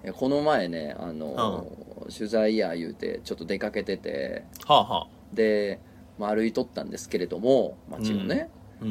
この前ね取材や言うてちょっと出かけてて、 はあはあ、 で、歩いとったんですけれども街をね、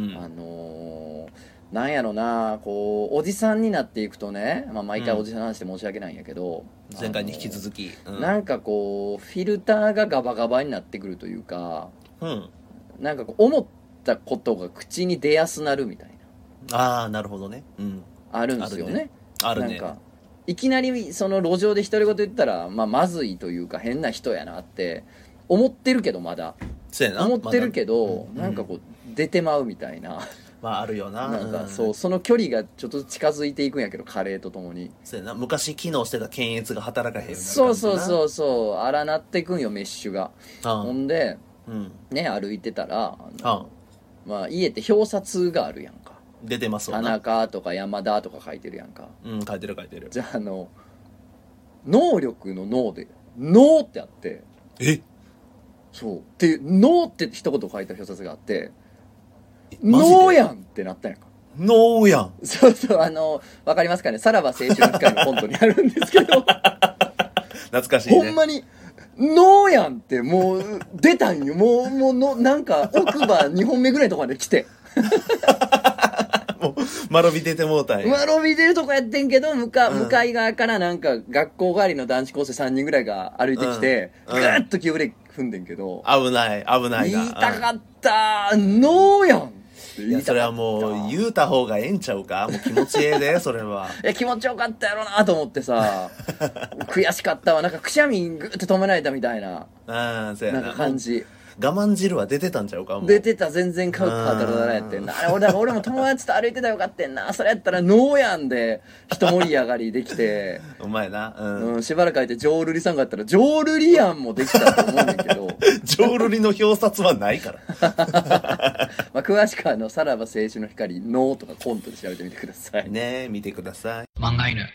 なんやろな、こうおじさんになっていくとね、毎回おじさんの話で申し訳ないんやけど、 前回に引き続き、 なんかこうフィルターがガバガバになってくるというか、なんかこう思ったことが口に出やすなるみたいな。 ああ、なるほどね。 あるんですよね。 あるね。 なんかいきなりその路上で独り言言ったら、まずいというか変な人やなって思ってるけど、まだそうやな、 思ってるけど、なんかこう出てまうみたいな。 あるよな。 なんかその距離がちょっと近づいていくんやけど、加齢とともに。 そうやな、昔機能してた検閲が働かへんようになるそう荒なっていくんよ、メッシュが。ほんで、ね、歩いてたら家って表札があるやんか。 出てますわ田な。 中とか山田とか書いてるやんか。 書いてる。 じゃあ能力の脳で脳ってあって、そうっていう脳って一言書いた表札があって、脳やんってなったやんか。 脳やん。 そうわかりますかね、さらば青春の光のコントにあるんですけど懐かしいね。 ほんまに脳やんってもう出たんよ。もうのなんか奥歯2本目ぐらいのとこまで来てもう間延び出てもうたんや。 間延び出るとこやってんけど、向かい側からなんか学校帰りの男子高生3人ぐらいが歩いてきて、ぐーっと急ブレーキ踏んでんけど、 危ないな。 言いたかった脳やん。 いや、それはもう言うた方がええんちゃうか。もう気持ちええでそれは。 いや、気持ちよかったやろなと思ってさ悔しかったわ。なんかくしゃみグーって止められたみたいな、 そうやな、 なんか感じ。 我慢汁は出てたんちゃうか。もう出てた。全然カウハードラやってんな。俺も友達と歩いてたらよかったんな。それやったらノーやんで一盛り上がりできてお前な、 しばらく空いてジョールリさんがやったらジョールリアンもできたと思うんだけどジョールリの表札はないから詳しくはさらば青春の光ノーとかコントで調べてみてくださいね。見てください。 漫画犬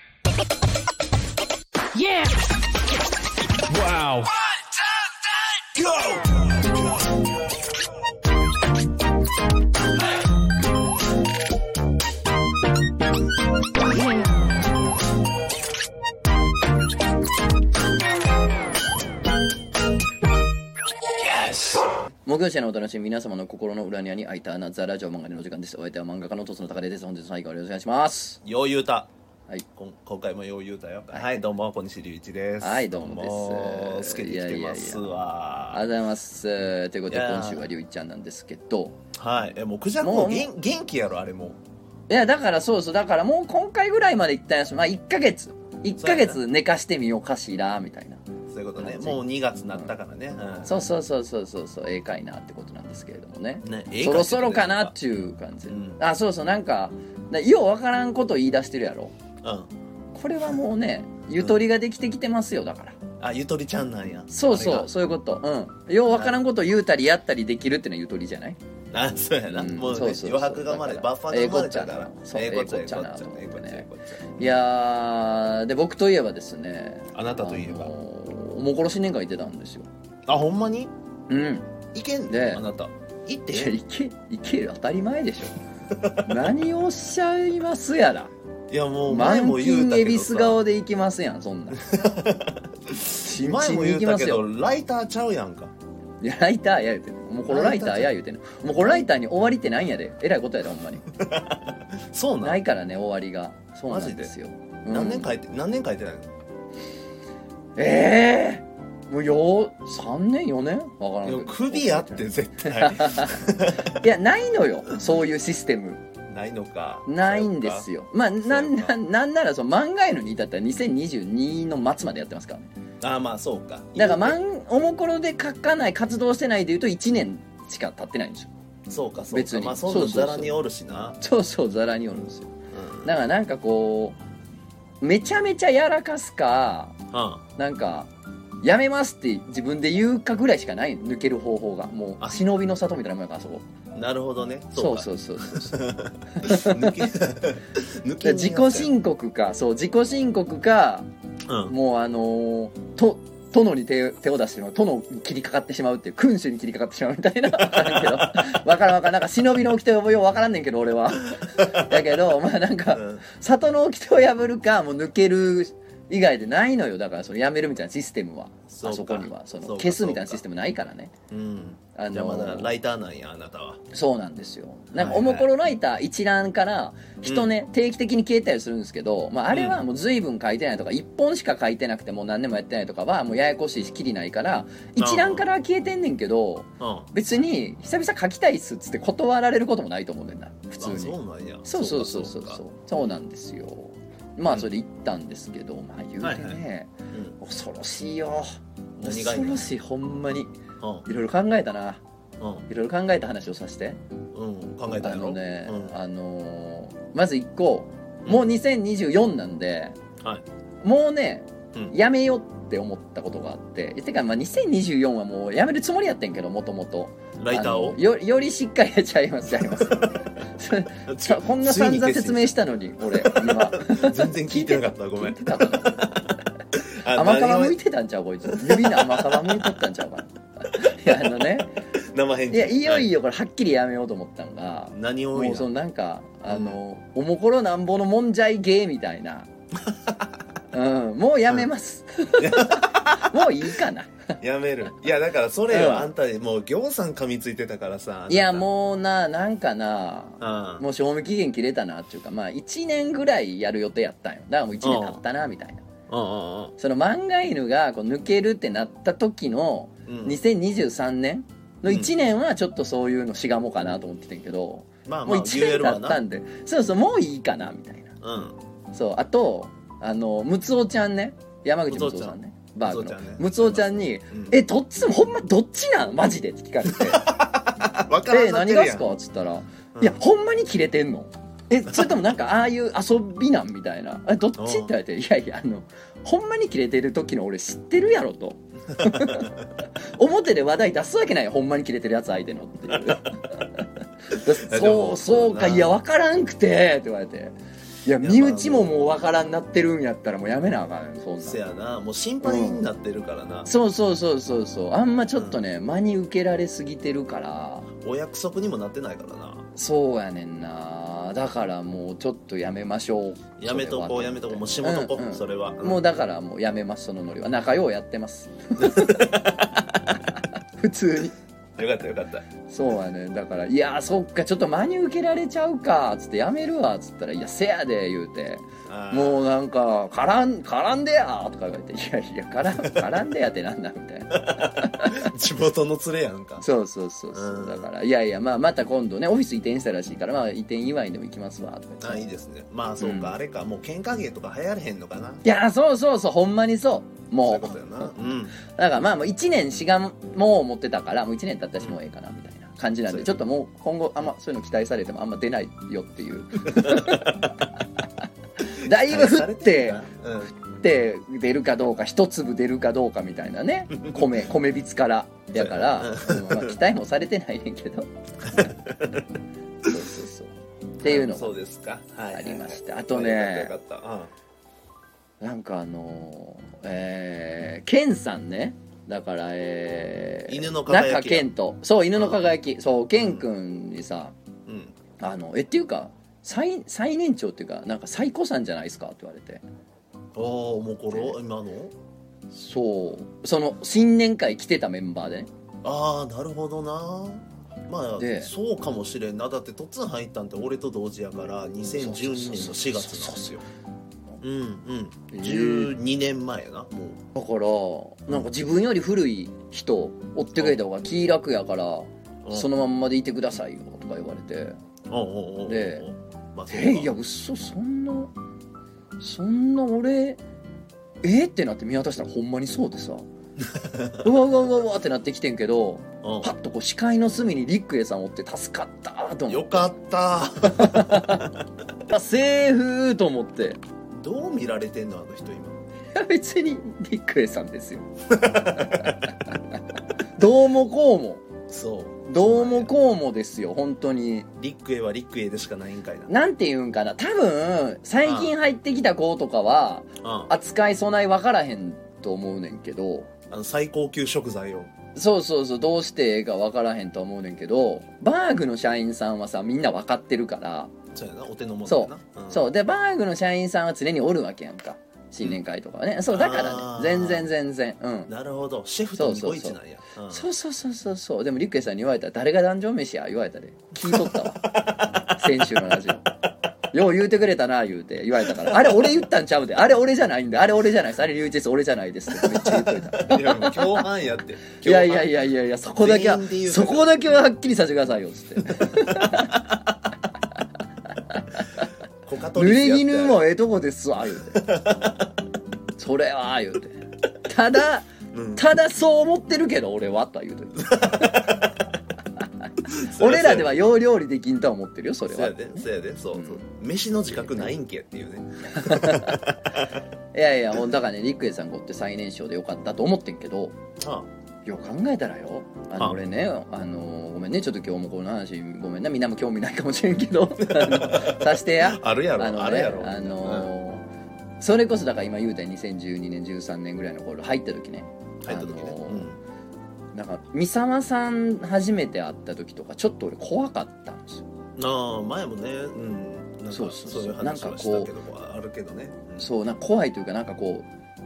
Yeah! Wow! Go! 木曜日のお楽しみ、皆様の心の裏庭に開いた穴、ザラジオ漫画の時間です。お相手は漫画家のトスの高出です。本日の最後よろしくお願いします。 よう言うた。 はい、 今回もよう言うたよ。はい、どうも小西隆一です。 はい、どうもです。 好きに来てますわ。 ありがとうございます。ということで今週は隆一ちゃんなんですけど、 はい、もうクジャクも元気やろあれも。 いやだからだからもう今回ぐらいまでいったんやし、1ヶ月寝かしてみようかしらみたいな。 そういうことね。もう2月になったからね。 そうええかいなってことなんですけれどもね。そろそろかなっていう感じ。なんかようわからんこと言い出してるやろ。これはもうね、ゆとりができてきてますよ。だからゆとりちゃんなんや。 そういうこと。ようわからんこと言うたりやったりできるっていうのはゆとりじゃない。 そうやな。もう余白が生まれ、バッファーが生まれたから。 ええこっちゃなと思ってね。いやで僕といえばですね、 あなたといえばもう殺し年会行ってたんですよ。 ほんまに？いけんであなた行って。 いける当たり前でしょ何をおっしゃいますやら。 いやもう前も言うたけどさ、 満金恵比寿顔で行きますやんそんな前も言うたけどライターちゃうやんか。 いやライターや言うてんの。もうこのライターや言うてんの。もうこのライターに終わりってないんやで。えらいことやでほんまにそうないからね終わりが。そうなんですよ。 何年書いてないの？ もう3年4年わからんけど首やって絶対いやないのよそういうシステム。 ないのか。 ないんですよ。なんなら漫画へのに至ったら2022の末までやってますからね。 まあそうか。 だからおもころで書かない活動してないでいうと1年しか経ってないんですよ。 そうか別に。 まあそんなザラにおるしな。 ザラにおるんですよ。だからなんかこうめちゃめちゃやらかすか、なんかやめますって自分で言うかぐらいしかない。抜ける方法がもう忍びの里みたいなもんやからそこ。 なるほどね。 そう自己申告かもう殿に手を出してしまう、殿に切りかかってしまうっていう、君主に切りかかってしまうみたいな分からんけど分からんなんか忍びの掟をよう分からんねんけど俺はだけどなんか、里の掟を破るかもう抜ける以外でないのよ。だからそのやめるみたいなシステムはそうかあそこにはそのそうか消すみたいなシステムないからね。 じゃあまだライターなんやあなたは。 そうなんですよ。なんかおもころライター一覧から人ね、定期的に消えたりするんですけど、まあ、あれはもう随分書いてないとか1本しか書いてなくてもう何年もやってないとかはもうややこしいしきりないから一覧から消えてんねんけど、別に久々書きたいっすっつって断られることもないと思うねんな普通に。 そうなんや。 そうなんですよ。まあそれで行ったんですけど、まあ言うてね、恐ろしいよ。恐ろしい、ほんまに。いろいろ考えたな。いろいろ考えた話をさせて。 考えたやろ。 まず1個、もう2024なんで、もうね、やめようって思ったことがあって、てかまあ2024はもうやめるつもりやってんけど、もともと。 ライターをよりしっかりやっちゃいます。こんな散々説明したのに俺今全然聞いてなかった。ごめん。 甘皮向いてたんちゃうこいつ。指の甘皮向いとったんちゃうか。いや生返事。 いよいよこれはっきりやめようと思ったのが、 何をもうそのなんかおもころなんぼのもんじゃい芸みたいな。もうやめます。もういいかな。 やめる。いやだからそれよ、あんたもうぎょうさん噛みついてたからさ。 いやもうなんかな、もう賞味期限切れたなっていうか、まあ1年ぐらいやる予定やったんよ。だからもう1年経ったなみたいな。その漫画犬がこう抜けるってなった時の2023年の1年はちょっとそういうのしがもうかなと思ってたんけど、もう1年経ったんで、そうもういいかなみたいな。そう、あとムツオちゃんね、山口ムツオさんね、バーグのムツオちゃんにどっちもほんまどっちなんマジでって聞かれて何がっすかっつったら、いやほんまにキレてんの、それともなんかああいう遊びなんみたいな、どっちって言われて、いやいやほんまにキレてる時の俺知ってるやろと。表で話題出すわけないよ、ほんまにキレてるやつ相手のっていう。そうか、いや分からんくてって言われて、いや身内ももう分からんなってるんやったらもうやめなあかんよそんなん。 せやな、もう心配になってるからな。 そうあんまちょっとね、真に受けられすぎてるから。 お約束にもなってないからな。 そうやねんな。だからもうちょっとやめましょう。 やめとこうもうしもとこ、それは、 もうだからもうやめます。そのノリは仲良うやってます普通に。 よかったそうやね。だからいやそっか、ちょっと真に受けられちゃうかっつってやめるわっつったら、いやせやで言うて、もうなんか絡んでやとか言われて、いや絡んでやってなんだみたいな。 地元の連れやんか。 そうだからいやまあまた今度ねオフィス移転したらしいから、まあ移転祝いでも行きますわとか言って。 いいですね。まあそうか、あれか、もう喧嘩芸とか流行れへんのかな。いやそうほんまにそうもう。 そういうことやな。 だからまあもう1年しがもう思ってたから、もう1年経ったしもうええかなみたいな感じなんで、ちょっともう今後あんまそういうの期待されてもあんま出ないよっていう。だいぶ振って出るかどうか、一粒出るかどうかみたいなね、米びつからだから、まあ、期待もされてないねんけど。そうっていうのがありました。あとね、なんかケンさんね、だから犬の輝き、 中ケンと、そう犬の輝き、そうケン君にさ、っていうか最年長っていうかなんか最古さんじゃないですかって言われて。 おもころ今の。 そうその新年会来てたメンバーでね。 なるほどな。まあそうかもしれんな。だって突然入ったんって俺と同時やから2012年の4月なんですよ。12年前やな。もうだからなんか自分より古い人追ってくれた方が気楽やから、そのまんまでいてくださいよとか言われて、でいや嘘、そんな俺ってなって見渡したらほんまにそうでさうわってなってきてんけど、パッとこう視界の隅にリックエさんおって助かったと思って。 よかったセーフと思って。 どう見られてんのあの人今。いや別にリックエさんですよどうもこうも。そうどうもこうもですよ本当に。 リックエはリックエでしかないんかいな。 なんていうんかな、多分最近入ってきた子とかは扱い備え分からへんと思うねんけど、 最高級食材をそうどうしてええか分からへんと思うねんけど、バーグの社員さんはさみんな分かってるから。 そうやな、お手の物やな。そうでバーグの社員さんは常におるわけやんか。 新年会とかはね、そうだからね、全然、うん、 なるほど、シェフとニコイチなんや。 そうでもリュッケさんに言われたら、誰が壇上飯や言われたで聞いとったわ先週のラジオよう言うてくれたな言うて言われたから、あれ俺言ったんちゃうで、あれ俺じゃないんで、あれ俺じゃないです、あれ龍一です、俺じゃないですってめっちゃ言っといたいやもう共犯やっていやそこだけははっきりさせてくださいよっつって濡れ衣もええとこですわ言うてそれは言うてただそう思ってるけど俺はとは言うといて俺らでは要料理できんとは思ってるよ、それは。 そうやで、飯の自覚ないんけっていうねいやほんだからね、リクエさんごって最年少でよかったと思ってんけど、よく考えたらよ、俺ね、ごめんね、ちょっと今日もこの話ごめんな、みんなも興味ないかもしれんけどさしてやあるやろ、 それこそだから今言うた2012年13年ぐらいの頃入った時ね、なんか三沢さん初めて会った時とかちょっと俺怖かったんですよ。 前もね、なんかそういう話はしたけどあるけどね、 そうなんか怖いというか、なんかこ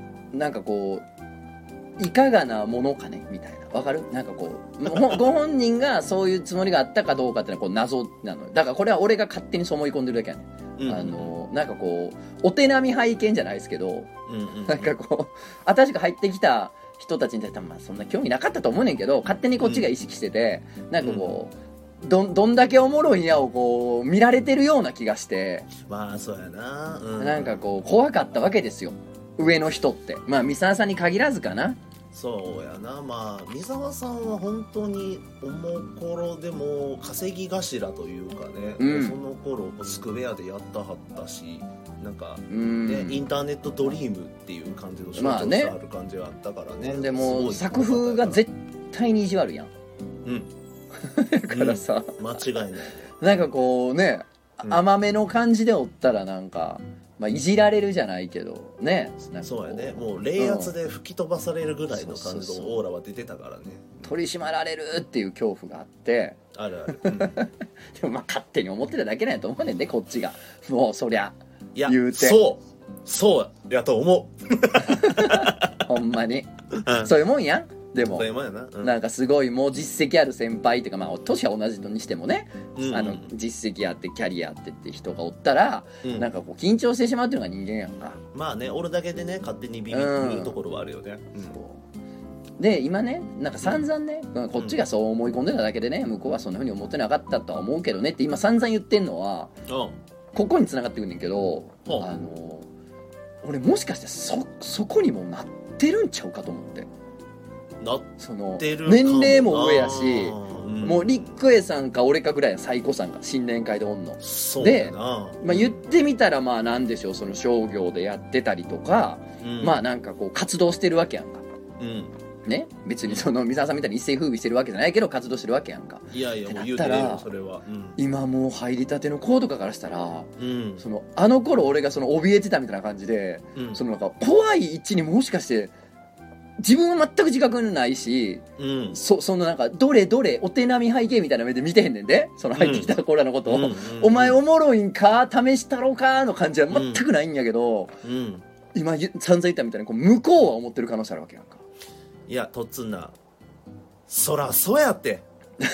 ういかがなものかねみたいな、わかる？なんかこうご本人がそういうつもりがあったかどうかっていうのはこう謎なのよ。だからこれは俺が勝手にそう思い込んでるだけやね、なんかこうお手並み拝見じゃないですけど、なんかこう新しく入ってきた人たちに対してはまあそんな興味なかったと思うねんけど、勝手にこっちが意識してて、なんかこうどんだけおもろいんやをこう見られてるような気がして、 まあそうやな、 なんかこう怖かったわけですよ、上の人って。まあ三沢さんに限らずかな。 そうやな、まあ三沢さんは本当におもころでも稼ぎ頭というかね、その頃スクエアでやったはったし、なんか、ね、インターネットドリームっていう感じの象徴さある感じがあったからね。 でも作風が絶対に意地悪やん。だからさ、 間違いないね。 なんかこうね、甘めの感じでおったらなんか、まあ、いじられるじゃないけどね。 そうやね、もう冷圧で吹き飛ばされるぐらいの感じのオーラは出てたからね。 取り締まられるっていう恐怖があって、 ある、 でもまあ勝手に思ってただけなんやと思うねんで、こっちがもうそりゃ言うて、そうやと思うほんまに、そういうもんやん。でもなんかすごいもう実績ある先輩っていうか、まあ年は同じのにしてもね、実績あってキャリアあってって人がおったら、なんかこう緊張してしまうっていうのが人間やんか。 まあね、俺だけでね勝手にビビるところはあるよね。 で今ね、なんか散々ね、こっちがそう思い込んでただけでね、向こうはそんな風に思ってなかったとは思うけどねって今散々言ってんのは、ここに繋がってくんねんけど、俺もしかしてそこにもなってるんちゃうかと思って。その年齢も上やし、もうリックエさんか俺かぐらいの最古さんが新年会でおんので、まあ、言ってみたらまあなんでしょう、その商業でやってたりとか、まあなんかこう活動してるわけやんか、ね、別にその三沢さんみたいに一世風靡してるわけじゃないけど活動してるわけやんか。 いやいやもう言うてるよそれは、 今もう入りたての子とかからしたら、そのあの頃俺がその怯えてたみたいな感じで、そのなんか怖い位置にもしかして自分は全く自覚ないし、そのなんかどれお手並み拝見みたいな目で見てへんねんで、その入ってきた子らのことを、お前おもろいんか試したろかの感じは全くないんやけど、今散々言ったみたいにこう向こうは思ってる可能性あるわけやんか。 いやとっつんな、そらそうやって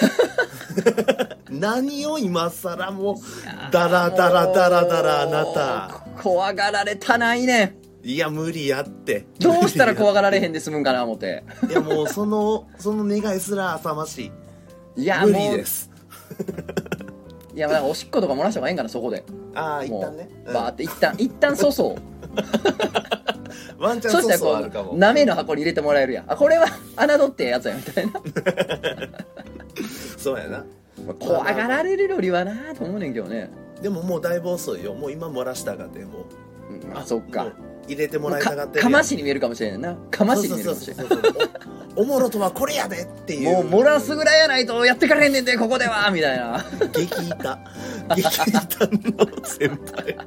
何を今更もうダラダラあなた怖がられたないねん。 いや無理やって、 どうしたら怖がられへんで済むんかな思って。 いやもうその願いすら浅ましい。いや無理です。 いやまあおしっことか漏らした方がいいんかな、そこで。 ああ一旦ね、 バーって一旦粗相ワンチャン粗相あるかも。 なめの箱に入れてもらえるやん。あ、これは侮ってやつやみたいなそうやな、 怖がられるよりはなと思うねんけどね。 でももうだいぶ遅いよ、もう今漏らしたがってもう、 あそっか、 入れてもらいたがってる。 かましに見えるかもしれないな。かましに見えるかもしれない。 おもろとはこれやでっていう。 もう漏らすぐらいやないとやってかれへんねんでここではみたいな。 激痛の先輩。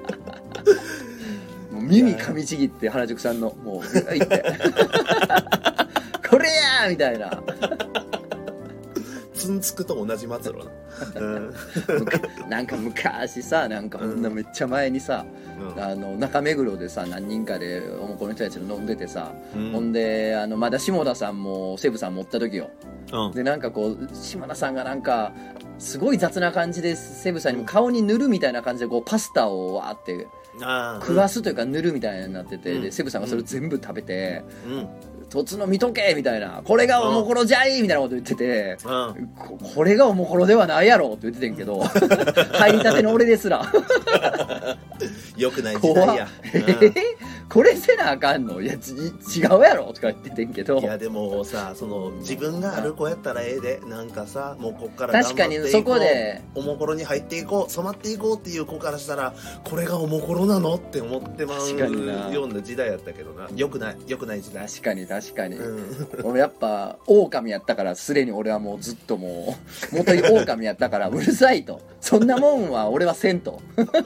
もう耳噛みちぎって原宿さんのもう言ってこれやーみたいな。 ツンつくと同じ末路ななんか昔さ、なんかほんなめっちゃ前にさ、中目黒でさ何人かでおもこの人たちと飲んでてさ、ほんでまだ下田さんもセブさん持った時よ、でなんかこう島田さんがなんかすごい雑な感じでセブさんにも顔に塗るみたいな感じでこうパスタをわーって食わすというか塗るみたいになってて、でセブさんがそれ全部食べて、とつの見とけみたいな、これがおもころじゃいみたいなこと言ってて、これがおもころではないやろって言っててんけど入りたての俺ですらよくない時代や、 これせなあかんの、いや違うやろとか言っててんけど、 いやでもさ、その自分がある子やったらええで、なんかさ、もうこっから頑張っていこう、確かにそこでおもころに入っていこう、染まっていこうっていう子からしたら、これがおもころなのって思ってまうような時代やったけどな。よくない時代。確かに、俺やっぱ狼やったから、すでに俺はもうずっともう元に狼やったからうるさいと、そんなもんは俺はせんと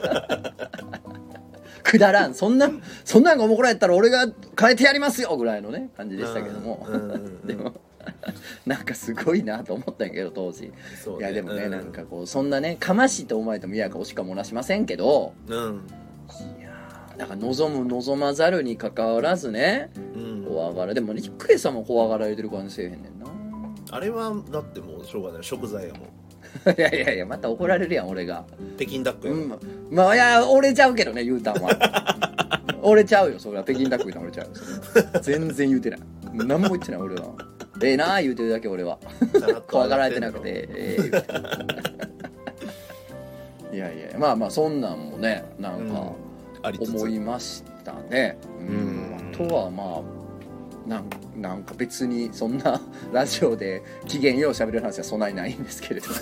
くだらん、そんなんがおもころやったら俺が変えてやりますよぐらいのね感じでしたけども、でもなんかすごいなと思ったんやけど当時、ね、いやでもね、なんかこうそんなねかましいと思われても嫌かおしか漏らしませんけど、いやだから望まざるにかかわらずね、怖がら、でもねクエさんも怖がられてる感じせえへんねんな。あれはだってもうしょうがない、食材やもんいやまた怒られるやん俺が。北京ダックや、まあいや俺ちゃうけどね、言うたんは俺ちゃうよ、それは北京ダック言うたん俺ちゃうよ全然言うてない、何も言ってない俺は。なあ言うてるだけ俺は怖がられてなくていやまあそんなんもねなんか思いましたね。あとはまあなんか別にそんなラジオで機嫌よう喋る話はそんなにないんですけれども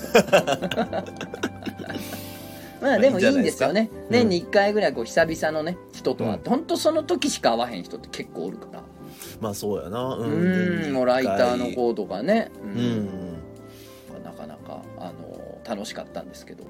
まあでもいいんですよね、年に1回ぐらいこう久々のね人と会って、本当その時しか会わへん人って結構おるから、まあそうやな、もうライターの子とかね、なかなか楽しかったんですけど。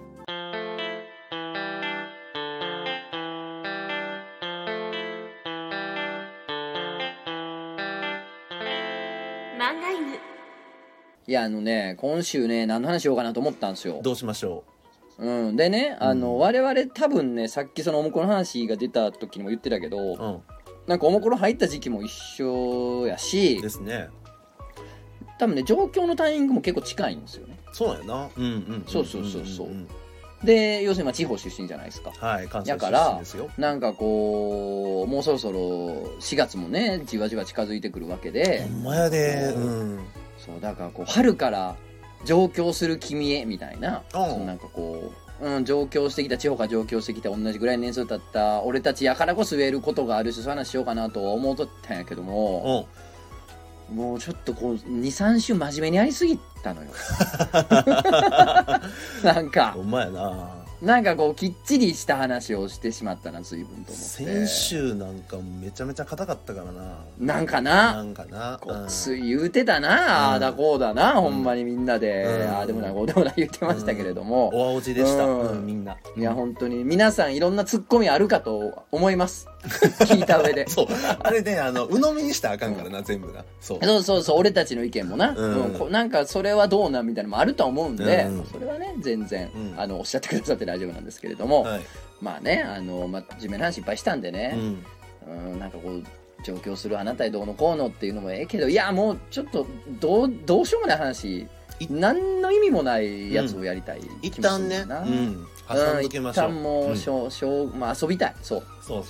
いや今週ね何の話しようかなと思ったんですよ。どうしましょう。でね我々多分ね、さっきそのおもころの話が出た時にも言ってたけど、なんかおもころ入った時期も一緒やしですね、多分ね状況のタイミングも結構近いんですよね。そうやな、そうで要するに地方出身じゃないですか。はい、関西出身ですよ。だからなんかこうもうそろそろ4月もねじわじわ近づいてくるわけで、ほんまやで、そうだからこう春から上京する君へみたいな、そのなんかこう、上京してきた、地方から上京してきた同じぐらい年数経った俺たちやからこそ言えることがあるし、そういう話しようかなとは思うとったんやけども、もうちょっとこう 2,3 週真面目にやりすぎたのよなんかほんまやな、なんかこうきっちりした話をしてしまったな随分と思って。先週なんかめちゃめちゃ硬かったからな。なんかなこつい言うてたな、ああだこうだな、ほんまにみんなで、ああでもないこうでもない言ってましたけれども、お青じでした、みんな。いや本当に皆さんいろんなツッコミあるかと思います聞いた上でそうあれね鵜呑みにしたらあかんからな、全部な。そう俺たちの意見もな、なんかそれはどうなんみたいなのもあるとは思うんで、それはね全然おっしゃってくださって大丈夫なんですけれども、まあね真面目な話いっぱいしたんでね、なんかこう上京するあなたへどうのこうのっていうのもええけど、いやもうちょっとどうしようもない話、何の意味もないやつをやりたい気もするんだな。挟んどきましょう。一旦もうまあ遊びたい。そう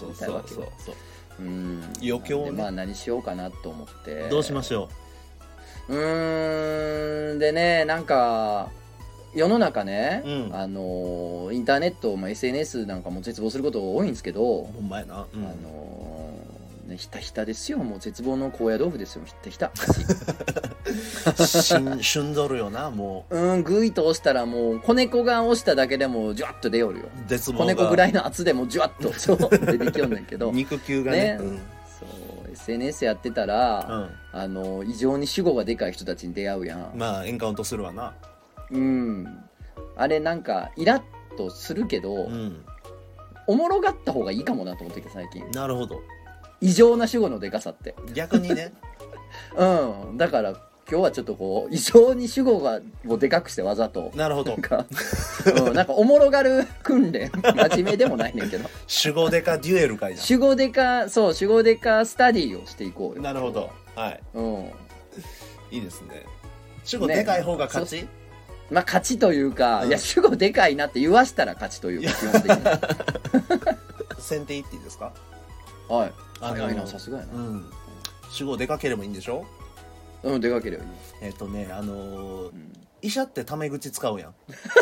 余興ね。まあ何しようかなと思って。どうしましょう。でね、なんか世の中ね、インターネット、SNS なんかも絶望すること多いんですけど、ほんまやな。ひたひたですよ、もう絶望の高野豆腐ですよ、ひたひた旬どるよな、もうグイと押したらもう子猫が押しただけでもジュワッと出よるよ。絶望が子猫ぐらいの圧でもジュワッと出てきよんねんけど肉球がね、そう SNS やってたら、異常に主語がでかい人たちに出会うやん。まあエンカウントするわな。あれなんかイラッとするけど、おもろがった方がいいかもなと思ってきて最近。なるほど。異常な主語のでかさって逆にねだから今日はちょっとこう異常に主語がもうでかくしてわざとなるほどなんかおもろがる訓練真面目でもないねんけど主語でかデュエルかいな。 主語でかスタディをしていこうよ。 なるほど、はい、 うん、 いいですね。主語でかい方が勝ち、 まあ勝ちというか、いや主語でかいなって言わしたら勝ちというか基本的に先手言っていいですか。 はい、早いな、さすがやな、 主語でかければいいんでしょ。 でかければいい。 医者ってタメ口使うやん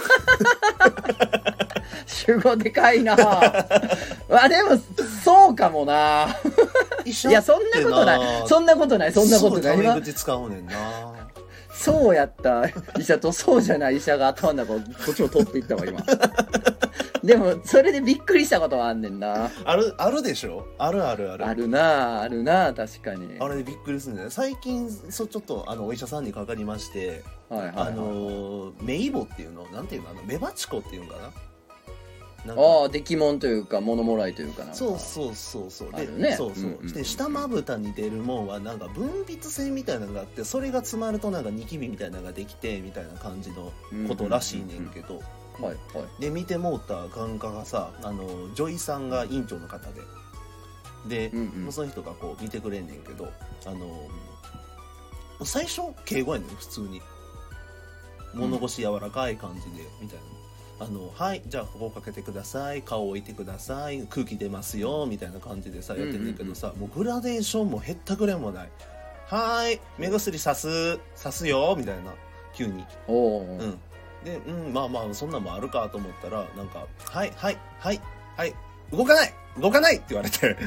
主語でかいなあでもそうかもな医者いやそんなことないタメ口使うねんな。 そうやった医者とそうじゃない医者が頭の中をこっちを通っていったわ今でもそれでびっくりしたことはあんねんな。 あるでしょ。あるあるな確かに。 あれでびっくりするんだよ最近。ちょっとお医者さんにかかりまして、メイボっていうのなんていうのメバチコっていうんかな。 出来物というか物もらいというかなんかそうあるね。 で下まぶたに出るもんはなんか分泌性みたいなのがあって、それが詰まるとなんかニキビみたいなのができてみたいな感じのことらしいねんけど、で見てもうた眼科がさ女医さんが院長の方で、その人がこう見てくれんねんけど、最初敬語やねん普通に物腰柔らかい感じでみたいな。はいじゃあここかけてください、顔置いてください、空気出ますよみたいな感じでさやってんねんけどさ、もうグラデーションもへったくれもない。はい目薬さすよみたいな急に。でまあそんなんもあるかと思ったらなんかはい動かないって言われて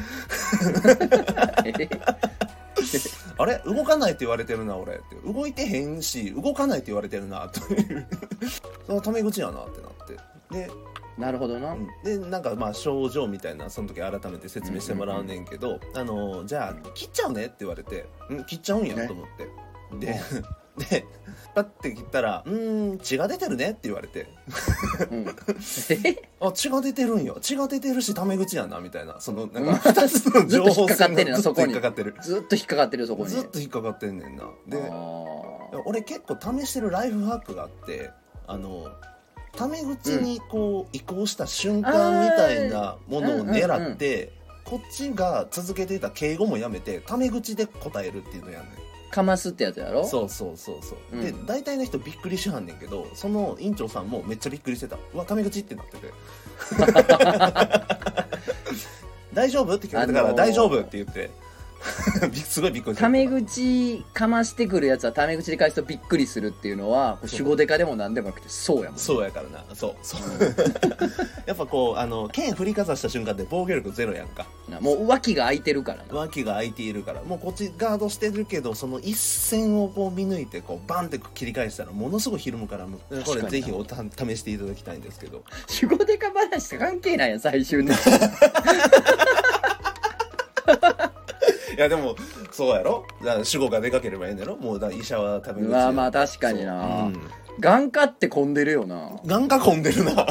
あれ動かないって言われてるな俺って、動いてへんし動かないって言われてるなというそのタメ口やなってなって、でなるほどな、 でなんかまあ症状みたいなその時改めて説明してもらうねんけど、じゃあ切っちゃうねって言われて、切っちゃうんやと思って、でパッて切ったら血が出てるねって言われてあ血が出てるんよ、血が出てるしタメ口やなみたいな、そのなんか2つの情報線がずっと引っかかってる、 ずっと引っかかってるそこにずっと引っかかってんねんな。で俺結構試してるライフハックがあって、タメ口にこう移行した瞬間みたいなものを狙って、こっちが続けていた敬語もやめてタメ口で答えるっていうのやんねん。 かますってやつやろ。 そう、で大体の人びっくりしはんねんけど、その院長さんもめっちゃびっくりしてた。うわタメ口ってなってて大丈夫って聞かれたから、大丈夫って言ってすごいびっくりした。 タメ口かましてくるやつはタメ口で返すとびっくりするっていうのは主語デカでも何でもなくてそうやもん、 そうやからな、そうやっぱこう剣振りかざした瞬間で防御力ゼロやんか。 もう脇が開いてるからな、 脇が開いているからもうこっちガードしてるけど、その一線をこう見抜いてこうバンって切り返したらものすごいひるむから、これぜひ試していただきたいんですけど、 主語デカ話と関係ないやん最終的にいやでもそうやろ、だから主語がでかければいいんだろ、もうだ医者はタメ口。 まあ確かにな、眼科って混んでるよな。 眼科混んでるな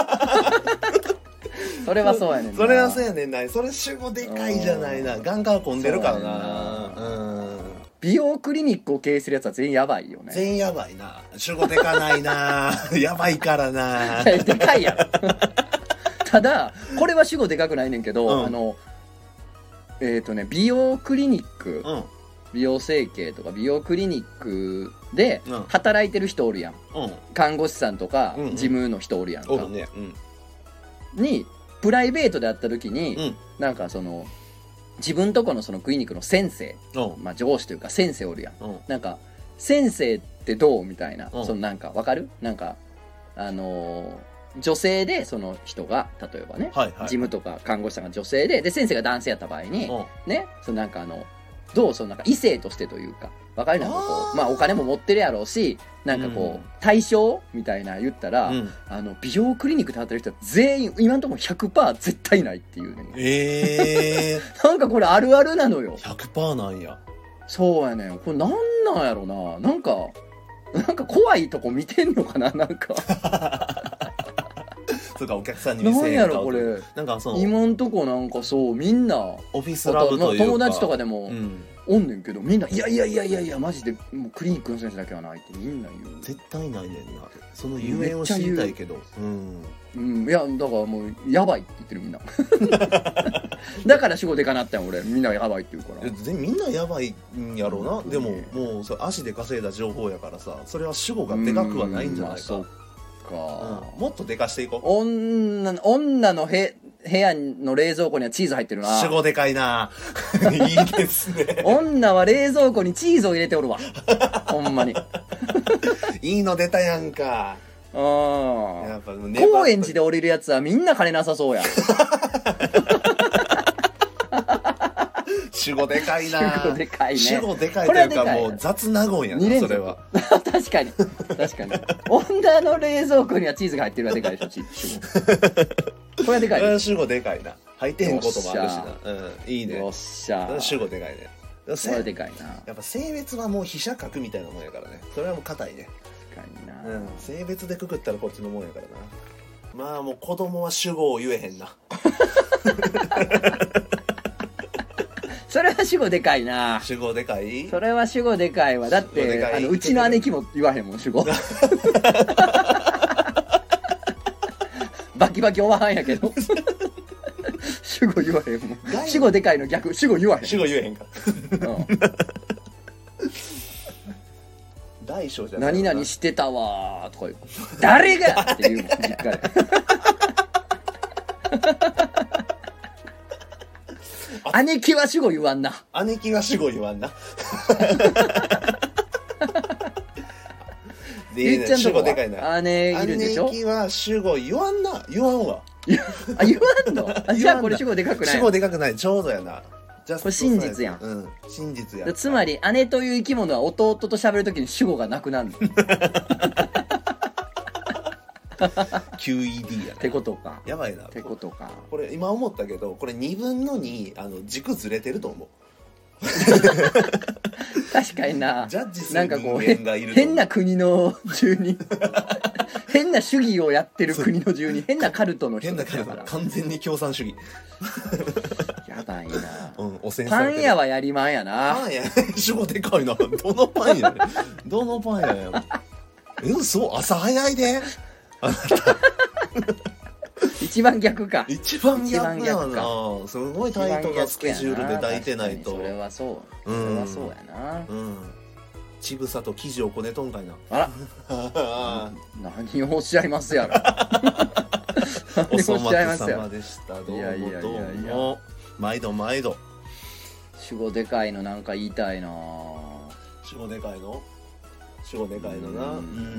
それはそうやねんな。 それはそうやねんな。それ主語でかいじゃないな。眼科は混んでるからな。 美容クリニックを経営するやつは全員やばいよね。 全員やばいな。主語でかないなやばいからなでかいやろただこれは主語でかくないねんけど、美容クリニック、美容整形とか美容クリニックで働いてる人おるやん、看護師さんとか事務の人おるやんか、にプライベートで会った時に、なんかその自分とこのそのクリニックの先生、上司というか先生おるやん、なんか先生ってどうみたいな、そのなんかわかる、なんか女性でその人が例えばね、事務とか看護師さんが女性で先生が男性やった場合に、ね、そのなんかどうそのなんか異性としてというか分かる、なんかこうお金も持ってるやろうし、なんかこう対象みたいな言ったら、美容クリニックで働いてる人は全員今のところ 100% 絶対ないっていうね。なんかこれあるあるなのよ。 100% なんや。 そうやねん。これなんやろな、なんか怖いとこ見てんのかな、なんかそうか、お客さんに見せへんかこれなんかそう今んとこなんかそうみんなオフィスラブというか友達とかでも、おんねんけどみんないやマジでもうクリニックの先生だけはないってみんな言う。 絶対ないねんな。そのゆえんを知りたいけど、 いやだからもうやばいって言ってるみんなだから死後でかなったん俺、みんなやばいって言うから。 みんなやばいんやろうな、でももうそれ足で稼いだ情報やからさ、それは主語がでかくはないんじゃないか。 そっか、 もっとでかしていこう。 女の部屋の冷蔵庫にはチーズ入ってるな。 主語でかいな。いいですね。 女は冷蔵庫にチーズを入れておるわほんまにいいの出たやんか。やっぱ高円寺で降りるやつはみんな金なさそうや主語でかいな。 主語でかいね。 主語でかいというかもう雑な言やな、それは。 確かに女の冷蔵庫にはチーズが入ってるのはでかいでしょ、主語これはでかい。 主語でかいな。入ってへんこともあるしな。いいね。 よっしゃ。 主語でかいね。 これでかいな。 やっぱ性別はもう被写格みたいなもんやからね。それはもう硬いね。 確かにな。 性別でくくったらこっちのもんやからな。まあもう子供は主語を言えへんな。 それは主語でかいな。 主語でかい？それは主語でかいわ。だってうちの姉貴も言わへんもん主語バキバキおばはんやけど主語言わへんもん。主語でかいの逆、主語言わへん。 主語言えへんか大将じゃない。 何々してたわとか言う。誰がって言うもん実家で姉貴は主語言わんな。 姉貴は主語言わんなゆっちゃんとこは姉いるでしょ。 姉貴は主語言わんな。言わんわ言わんのじゃあこれ主語でかくない。 主語でかくない。ちょうどやな。 これ真実やん。 真実や。 つまり姉という生き物は弟と喋るときに主語がなくなるの QED やな。 ってことか。 やばいな。 ってことか。 これ今思ったけど、これ2分の2軸ずれてると思う確かにな。 ジャッジする人間がいると変な国の住人変な主義をやってる国の住人、変なカルトの人だから。 完全に共産主義やばいな。 パン屋はやりまんやな。 パン屋主語でかいな。どのパン屋ねどのパン屋や。そう朝早いで一番逆か。 一番逆やな。すごいタイトなスケジュールで抱いてないと。 それはそう。それはそうやな。 ちぐさと生地をこねとんかいな。 あら何をおっしゃいますやろお粗末様でした。どうもどうも。毎度毎度。 主語でかいのなんか言いたいな。 主語でかいの主語でかいのな。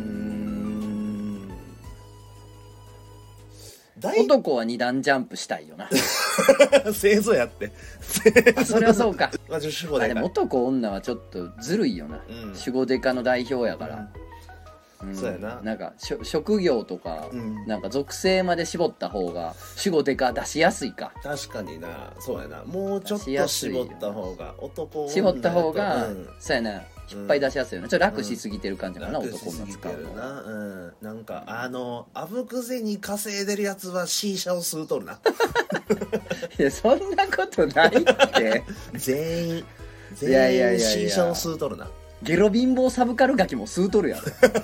男は二段ジャンプしたいよな清楚やってそれはそうか。 主語でかい。 でも男女はちょっとずるいよな、主語でかの代表やから、 そうやな。 なんか職業とか、なんか属性まで絞った方が主語でか出しやすいか。 確かにな。そうやな。もうちょっと絞った方が男絞った方が、そうやな、引っ張り出しやすいよね。ちょっと楽しすぎてる感じかな、男の使うの。なんかあぶくぜに稼いでるやつは C 社を吸うとるな。 いやそんなことないって全員 C 社を吸うとるな。 ゲロ貧乏サブカルガキも吸うとるやろ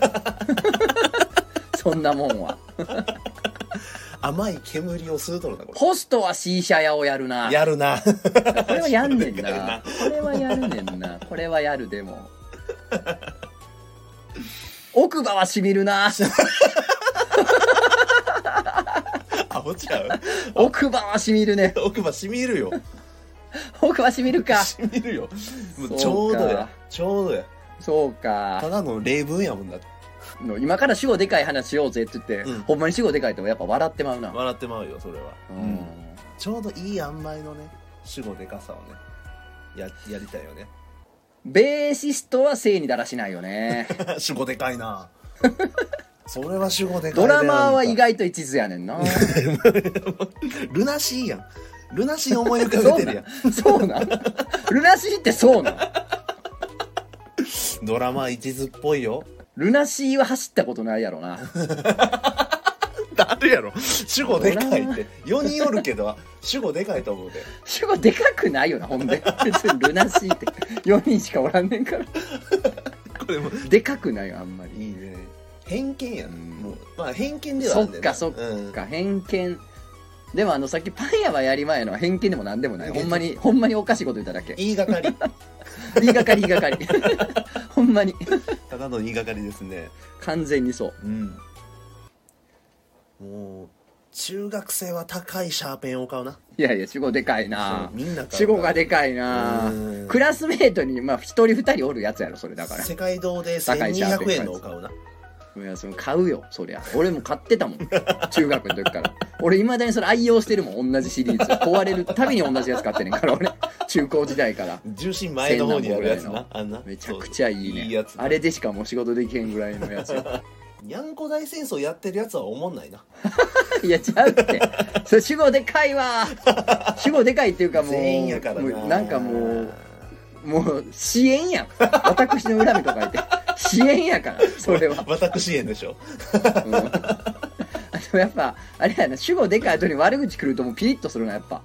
そんなもんは甘い煙を吸うとるな。これホストは C 社屋をやるな。 やるな。 これはやんねんな。これはやるねんな。これはやる。でも奥歯はしみるな。 アホちゃう。 奥歯はしみるね。 奥歯しみるよ。 奥歯しみるか。 しみるよ。もうちょうどや。ちょうどや。 そうか。 ただの例文やもんだ。 今から主語でかい話しようぜって言って、ほんまに主語でかいとやっぱ笑ってまうな。 笑ってまうよそれは。ちょうどいい塩梅のね主語でかさをねやりたいよね。 ベーシストは性にだらしないよね。 主語でかいな。それは主語でかい。 ドラマーは意外と一途やねんな。 ルナシーやん。ルナシー思い浮かべてるやん。 そうなん。ルナシーってそうなん。 ドラマー一途っぽいよ。 ルナシーは走ったことないやろな。 あるやろ主語でかいって4人おるけど主語でかいと思うで。 主語でかくないよなほんで別にルナシーって4人しかおらんねんからこれもでかくないよあんまり。 いいね偏見やん、もうまあ偏見ではあるんだよな。 そっか、偏見でもさっきパン屋はやりまいのは偏見でもなんでもない。ほんまにおかしいこと言っただけ。 言いがかり言いがかりほんまにただの言いがかりですね。 完全にそう、 もう中学生は高いシャーペンを買うな。 いやいや主語でかいな。 みんな主語がでかいな。クラスメートに1人2人おるやつやろそれ。だから世界堂で1200円のを買うな。 いやその買うよそりゃ。俺も買ってたもん中学の時から俺いまだにそれ愛用してるもん。同じシリーズ壊れるたびに同じやつ買ってねんから俺中高時代から重心前の方にあるやつな。あんなめちゃくちゃいいね。 いいやつあれでしかもう仕事できへんぐらいのやつにゃんこ大戦争やってるやつは思んないな。 いやちゃうってそれ主語でかいわ主語でかいっていうかもう全員やからな。 なんかもう支援やん私の恨みとか言って支援やからそれは私援でしょ、 でもやっぱあれやな主語でかい後に悪口来るともうピリッとするなやっぱ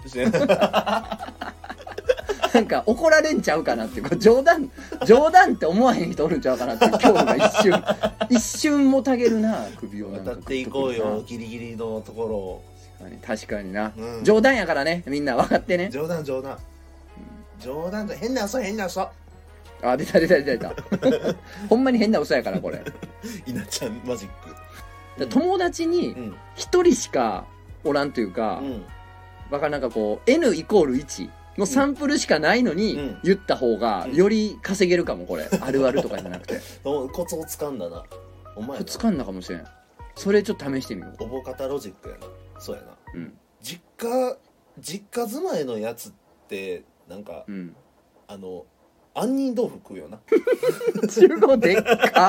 なんか怒られんちゃうかなっていう冗談って思わへん人おるんちゃうかなっていう恐怖が一瞬もたげるな。首をなんか渡っていこうよギリギリのところを。 確かにな、冗談やからねみんな分かってね。 冗談じゃ変な嘘あ出たほんまに変な嘘やからこれ稲ちゃんマジック。 友達に一人しかおらんというか、なんかこう N=1のサンプルしかないのに言った方がより稼げるかもこれ。あるあるとかじゃなくてコツをつかんだな。お前つかんだかもしれん。それちょっと試してみよう。 おぼかたロジックやな。そうやな、実家住まいのやつってなんか、杏仁豆腐食うよな主語でっ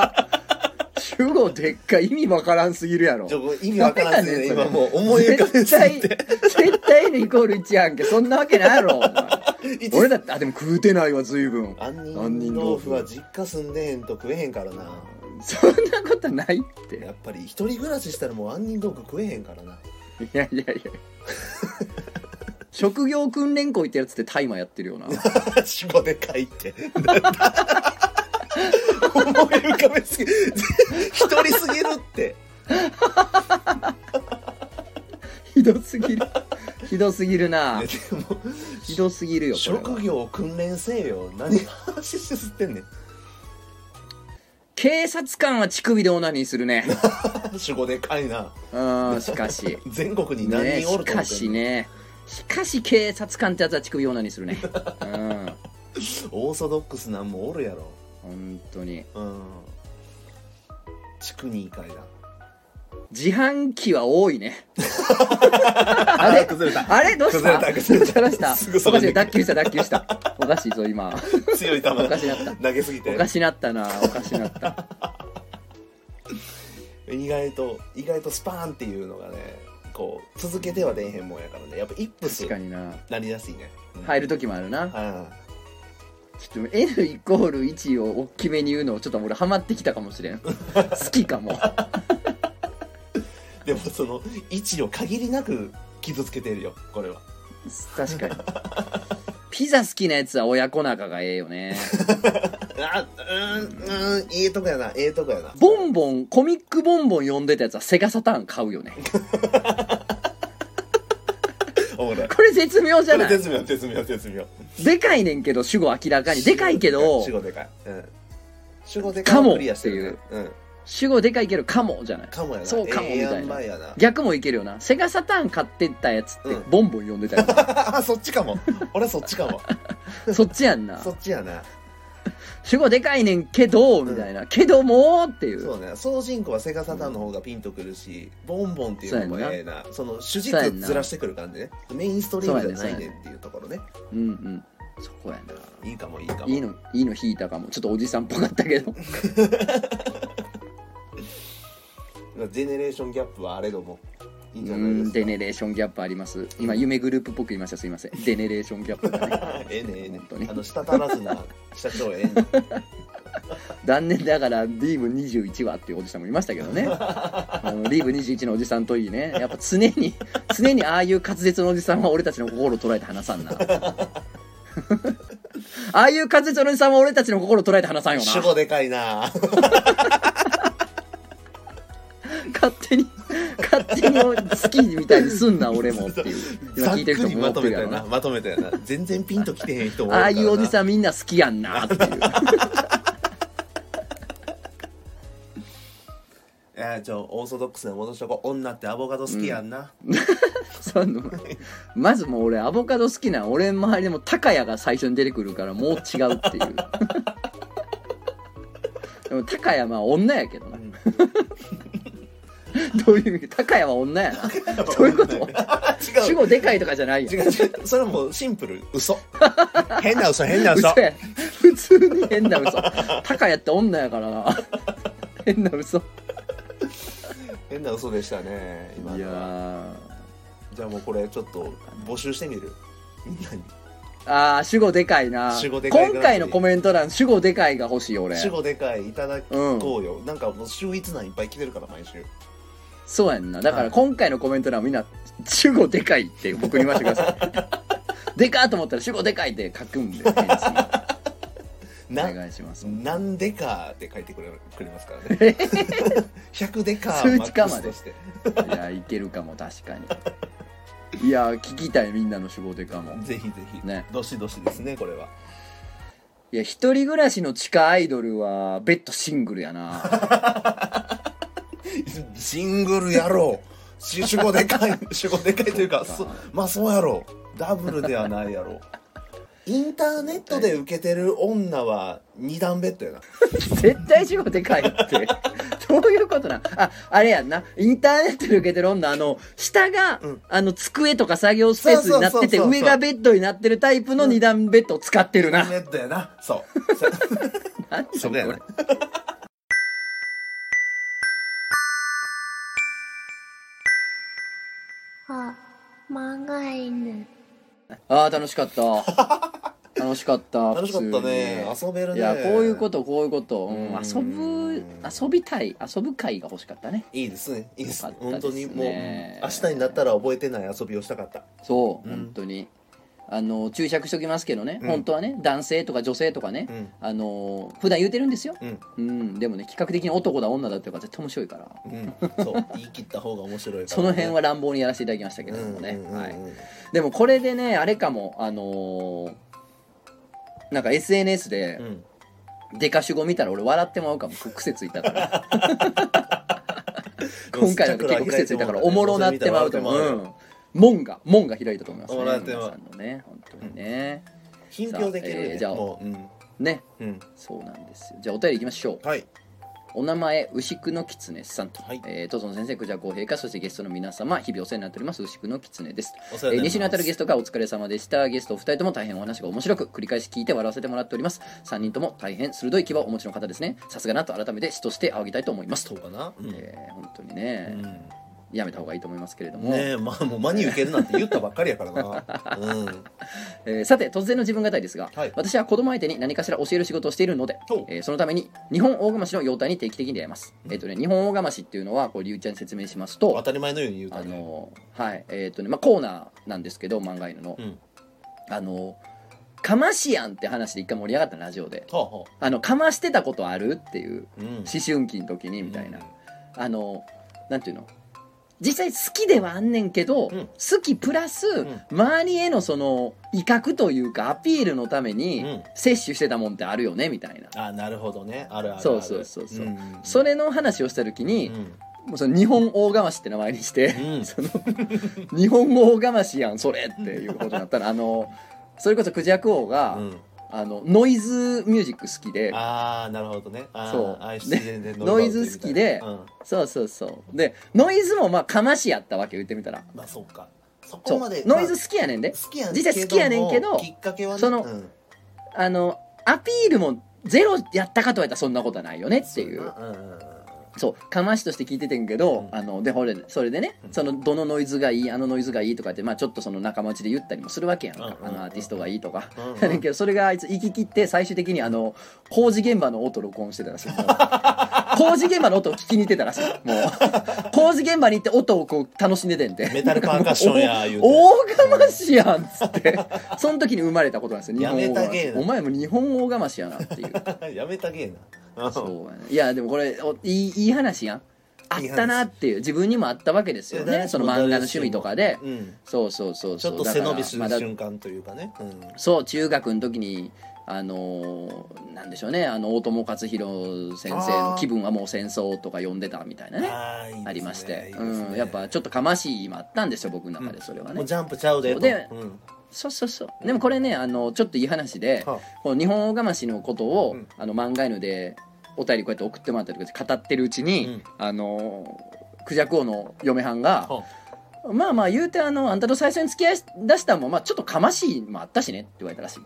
か意味わからんすぎるやろ。 意味わからんすぎる、ね、今もう思い浮かべすぎて絶対 N=1やんけ。そんなわけないやろ俺だってでも食うてないわ随分。 杏仁豆腐は実家住んでへんと食えへんからな。 そんなことないって。 やっぱり一人暮らししたらもう杏仁豆腐食えへんからな。 いや職業訓練校行ってやつってタイマーやってるよな主語でかいって思い浮かべすぎ一人すぎるってひどすぎるな。でもひどすぎるよこれは。 職業訓練せえよ。何話してってんねん。 警察官は乳首でオナニーするね主語でかいな。 しかし全国に何人おると思ってんの。 しかし警察官ってやつは乳首オナニーするねオーソドックスなんもおるやろ本当に。 地区にかいだ。 自販機は多いねあれ崩れた。 あれどうした崩れたおかしい。脱臼したおかしいぞ今強い球おかしなった投げすぎておかしなった意外とスパーンっていうのがねこう続けては出えへんもんやからね。やっぱイップス確かになりやすいね、 入る時もあるな。ちょっと N=1 を大きめに言うのをちょっと俺ハマってきたかもしれん好きかもでもその位置を限りなく傷つけてるよこれは。 確かにピザ好きなやつは親子仲がええよねええとこやなボンボンコミックボンボン読んでたやつはセガサターン買うよねこれ絶妙じゃない。 絶妙でかいねんけど主語明らかにでかいけど主語でかい、主語でかもっていう、主語でかいけどかもじゃない。 かもやな。 そうかもみたいな。逆もいけるよな。セガサターン買ってたやつってボンボン読んでたよな。 そっちかも。俺そっちかも。 そっちやんな。 そっちやな。 主語でかいねんけどみたいな、けどもっていう。 そうね。総人口はセガサターンの方がピンとくるし、ボンボンっていうのもええな。その主軸ずらしてくる感じね。メインストリームじゃないねんっていうところね。 そこやな。 いいかも。いいの引いたかも。ちょっとおじさんっぽかったけど。 ジェネレーションギャップはあれどもいいんじゃないですか。 デネレーションギャップあります。今夢グループっぽく言いました。すいません。デネレーションギャップがね。 ええね。下足らずな社長ええね。 残念ながらリーブ21はっていうおじさんもいましたけどねリーブ21のおじさんといいね、やっぱ常にああいう滑舌のおじさんは俺たちの心を捉えて話さんなああいう滑舌のおじさんは俺たちの心を捉えて話さんよな。 主語でかいな勝手に好きみたいにすんな俺もっていう今聞いてる人も思ってるやろな。 まとめたよな全然ピンときてへん人もおるからな。 ああいうおじさんみんな好きやんなっていういやちょオーソドックスな戻しとこう。女ってアボカド好きやんな、 まずもう俺アボカド好きな俺の周りでも高谷が最初に出てくるからもう違うっていうでも高谷は女やけどな、どういう意味？高谷は女やな。どういうこと？違う。主語でかいとかじゃないよ。 違う。それもうシンプル嘘。変な嘘。 嘘や。普通に変な嘘。高谷って女やからな。変な嘘。 変な嘘でしたね。今の。いやじゃあもうこれちょっと募集してみる。みんなに。 ああ主語でかいな。今回のコメント欄主語でかいが欲しい俺。 主語でかいいただこうよ。なんかもう週一なんいっぱい来てるから毎週。 そうやんな。だから今回のコメント欄みんな主語でかいって僕に言わせてくださいでかーと思ったら主語でかいって書くんでお願いします。 なんでかって書いてくれますからね100でか数値化までしていやいけるかも確かにいや聞きたいみんなの主語でかもぜひぜひねどしどしですねこれは。 いや一人暮らしの地下アイドルはベッドシングルやなシングルやろう主語でかいというかまあそうやろうダブルではないやろうインターネットで受けてる女は2段ベッドやな絶対主語でかいってどういうことなん？あれやんなインターネットで受けてる女下が、机とか作業スペースになってて上がベッドになってるタイプの2段ベッドを使ってるな。 ベッドやなそう何それ漫画犬。 楽しかった楽しかったね。遊べるね。 いやこういうこと、遊びたい遊ぶ会が欲しかったね。 いいですね本当にもう明日になったら覚えてない遊びをしたかった。 そう、本当に注釈しときますけどね、本当はね男性とか女性とかね、普段言うてるんですよ、でもね企画的に男だ女だっていうか絶対面白いから、 そう言い切った方が面白いから、ね、 その辺は乱暴にやらせていただきましたけどもね、でもこれでねあれかもなんか SNS で、デカ主語見たら俺笑ってまうかも癖ついたから今回の結構癖ついたからおもろなってまうと思う。門が開いたと思いますね。皆さんのね本当にね。 品評できるね。 じゃあね、そうなんですよ。じゃあお便りいきましょう。はい。お名前牛久の狐さんと、トゾン先生、クジャコウヘイカ、そしてゲストの皆様日々お世話になっております牛久の狐です。2週にあたるゲストがお疲れ様でした。ゲストお二人とも大変お話が面白く繰り返し聞いて笑わせてもらっております。3人とも大変鋭い牙をお持ちの方ですね。さすがなと改めて詩として仰ぎたいと思います。 そうかな、 本当にね、やめた方がいいと思いますけれどもねえ、まあもう真に受けるなんて言ったばっかりやからな、 さて突然の自分語りですが、私は子供相手に何かしら教える仕事をしているので、そのために日本大釜師の用体に定期的に出会います。日本大釜師っていうのはこうリュウちゃんに説明しますと当たり前のように言うとね、 コーナーなんですけど漫画犬の、かましやんって話で一回盛り上がったラジオで、かましてたことあるっていう、思春期の時にみたいな、なんていうの実際好きではあんねんけど、好きプラス、周りへのその威嚇というかアピールのために摂取してたもんってあるよねみたいな。 あ、なるほどね。あるあるある。 そう、それの話をした時に、もうその日本大釜師って名前にして、その日本大釜師やんそれっていうことになったらそれこそクジャク王が、ノイズミュージック好きで、 なるほどね。 そうでノイズ好きで、そうでノイズもまあかましやったわけ言ってみたら、 まあそうか、そこまでノイズ好きやねんで、実際好きやねんけど、 きっかけはね、 その、アピールもゼロやったかと言われたらそんなことはないよねっていう、 そうかましとして聞いててんけど、でそれでね、そのどのノイズがいい、あのノイズがいいとかって、まあちょっとその仲間内で言ったりもするわけやんか、あのアーティストがいいとか、だけどそれがあいつ行き切って最終的に工事現場の音録音してたらしい。工事現場の音を聞きに行ってたらしい。もう工事現場に行って音をこう楽しんでてんて、 メタルパーカッションや言うて大がましやんっつってその時に生まれたことなんですよ。 やめたげえな、 お前も日本大がましやなっていうやめたげえなそうやね。いやでもこれいい話やん。あったなっていう自分にもあったわけですよね。その漫画の趣味とかで、そうちょっと背伸びする瞬間というかね、 そう中学の時になんでしょうね、大友克洋先生の「気分はもう戦争」とか読んでたみたいなね、ありまして、やっぱちょっとかましいもあったんですよ僕の中で。それはね、 もうジャンプちゃうでと。 そうでもこれねちょっといい話で、この日本大がましのことを漫画犬でお便りこうやって送ってもらったりとか語ってるうちに、クジャク王の嫁はんが、まあまあ言うてあんたと最初に付き合い出したのもまあちょっとかましいもあったしねって言われたらしい。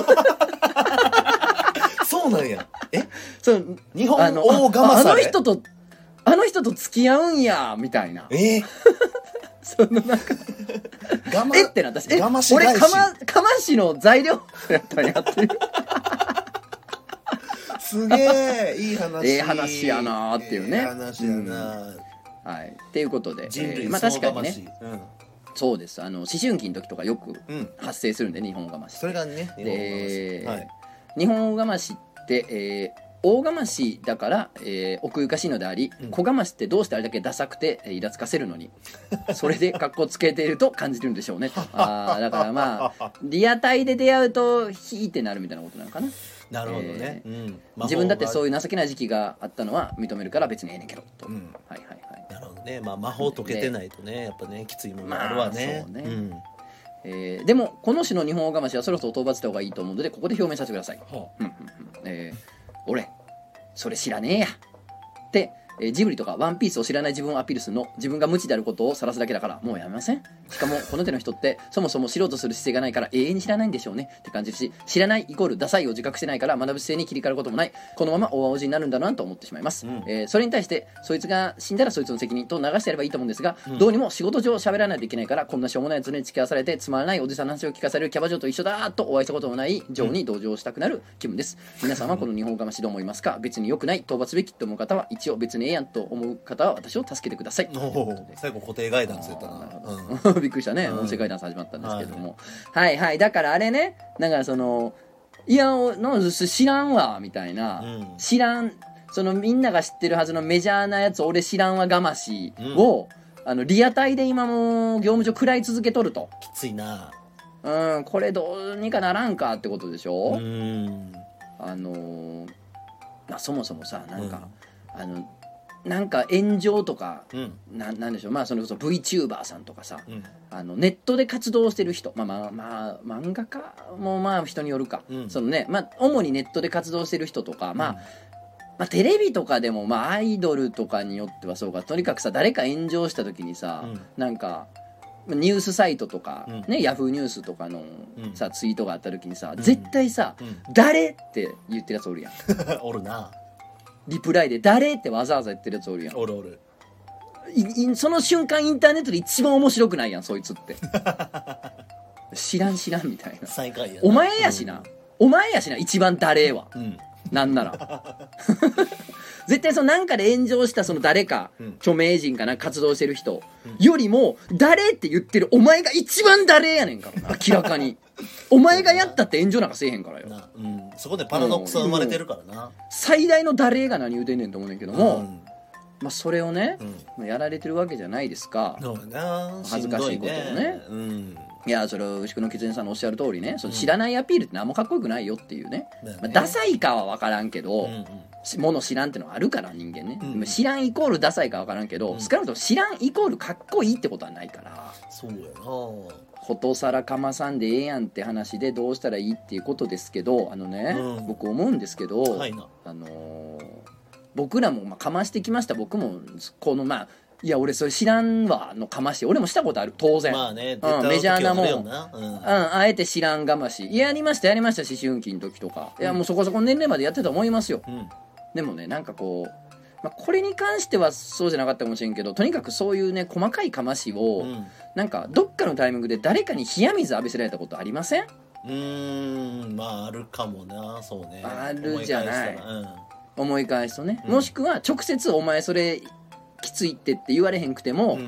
そうなんや。 そう日本大がまされ、 あの人と付き合うんやみたいな。そのなんかってなったし、俺かましの材料やったんやっていう。 すげえいい話、 話やなーっていうね。いい話やな、 はい、っていうことで、 まあ確かにね、そうです。思春期の時とかよく発生するんで、日本大がまし。 それがね、 日本大がましって、大がましだから、奥ゆかしいのであり、小がましってどうしてあれだけダサくてイラつかせるのにそれで格好つけていると感じるんでしょうねと。だからまあリアタイで出会うとヒーってなるみたいなことなのかな。 なるほどね、 自分だってそういう情けない時期があったのは認めるから別にええねんけどと、はいはいはい。 なるほどね。まあ魔法解けてないとね、やっぱねきついものがあるわね。 そうね、でもこの種の日本大がましはそろそろ討伐した方がいいと思うのでここで表明させてください。俺それ知らねえやってジブリとかワンピースを知らない自分をアピールするの、自分が無知であることを晒すだけだからもうやめません。しかもこの手の人ってそもそも知ろうとする姿勢がないから永遠に知らないんでしょうねって感じるし、知らないイコールダサいを自覚してないから学ぶ姿勢に切り替わることもない、このまま大青じになるんだなと思ってしまいます、それに対してそいつが死んだらそいつの責任と流してやればいいと思うんですが、どうにも仕事上喋らないといけないからこんなしょうもないやつに付き合わされてつまらないおじさんの話を聞かされるキャバ嬢と一緒だとお会いしたこともない嬢に同情したくなる気分です、皆さんはこの日本大がましどう思いますか。別に良くない、討伐すべきと思う方は一応別にええやんと思う方は私を助けてください。 最後固定ガイダンスやったな、 びっくりしたね、音声ガイダンス始まったんですけども、はいはい。だからあれね、だからそのいや知らんわみたいな、知らん、そのみんなが知ってるはずのメジャーなやつ俺知らんわがましを、リアタイで今も業務上食らい続けとると。 きついな。 これどうにかならんかってことでしょ。そもそもさ、なんか、なんか炎上とか、なんでしょう、まあそれこそ VTuber さんとかさ、ネットで活動してる人、まあ漫画家もまあ人によるか、そのね、まあ主にネットで活動してる人とか、まあテレビとかでもまあアイドルとかによってはそうか、とにかくさ誰か炎上した時にさ、なんかニュースサイトとか、ヤフーニュースとかのさツイートがあった時にさ、絶対さ、誰って言ってるやつおるやん。 おるな。 リプライで誰ってわざわざ言ってるやつおるやん。 おるおる。 その瞬間インターネットで一番面白くないやんそいつって。知らんみたいな。 最下位やな。 お前やしな、お前やしな一番誰は、なんなら絶対そのなんかで炎上したその誰か、著名人かな活動してる人よりも誰って言ってるお前が一番誰やねんからな、明らかに。お前がやったって炎上なんかせえへんからよ。 そこでパラドックスは生まれてるからな。 最大の誰が何言うてんねんと思うねんけども、まあそれをね、やられてるわけじゃないですか。恥ずかしいことをね。いやそれを牛久の狐さんのおっしゃる通りね、その知らないアピールって何もかっこよくないよっていうね。ダサいかは分からんけど、もの知らんってのはあるから人間ね、知らんイコールダサいか分からんけど、少なくとも知らんイコールかっこいいってことはないから。 そうやな。 ことさらかまさんでええやんって話でどうしたらいいっていうことですけど、僕思うんですけど、僕らもかましてきました。僕もこのいや俺それ知らんわのかまして俺もしたことある当然。 メジャーなもん、あえて知らんがましやりました思春期の時とか、いやもうそこそこ年齢までやってたと思いますよ、でもねなんかこうこれに関してはそうじゃなかったかもしれんけど、とにかくそういうね細かいかましを、なんかどっかのタイミングで誰かに冷や水浴びせられたことありません？ まああるかもな。そうね、 あるじゃない。思い返すとね、もしくは直接お前それきついって言われへんくても、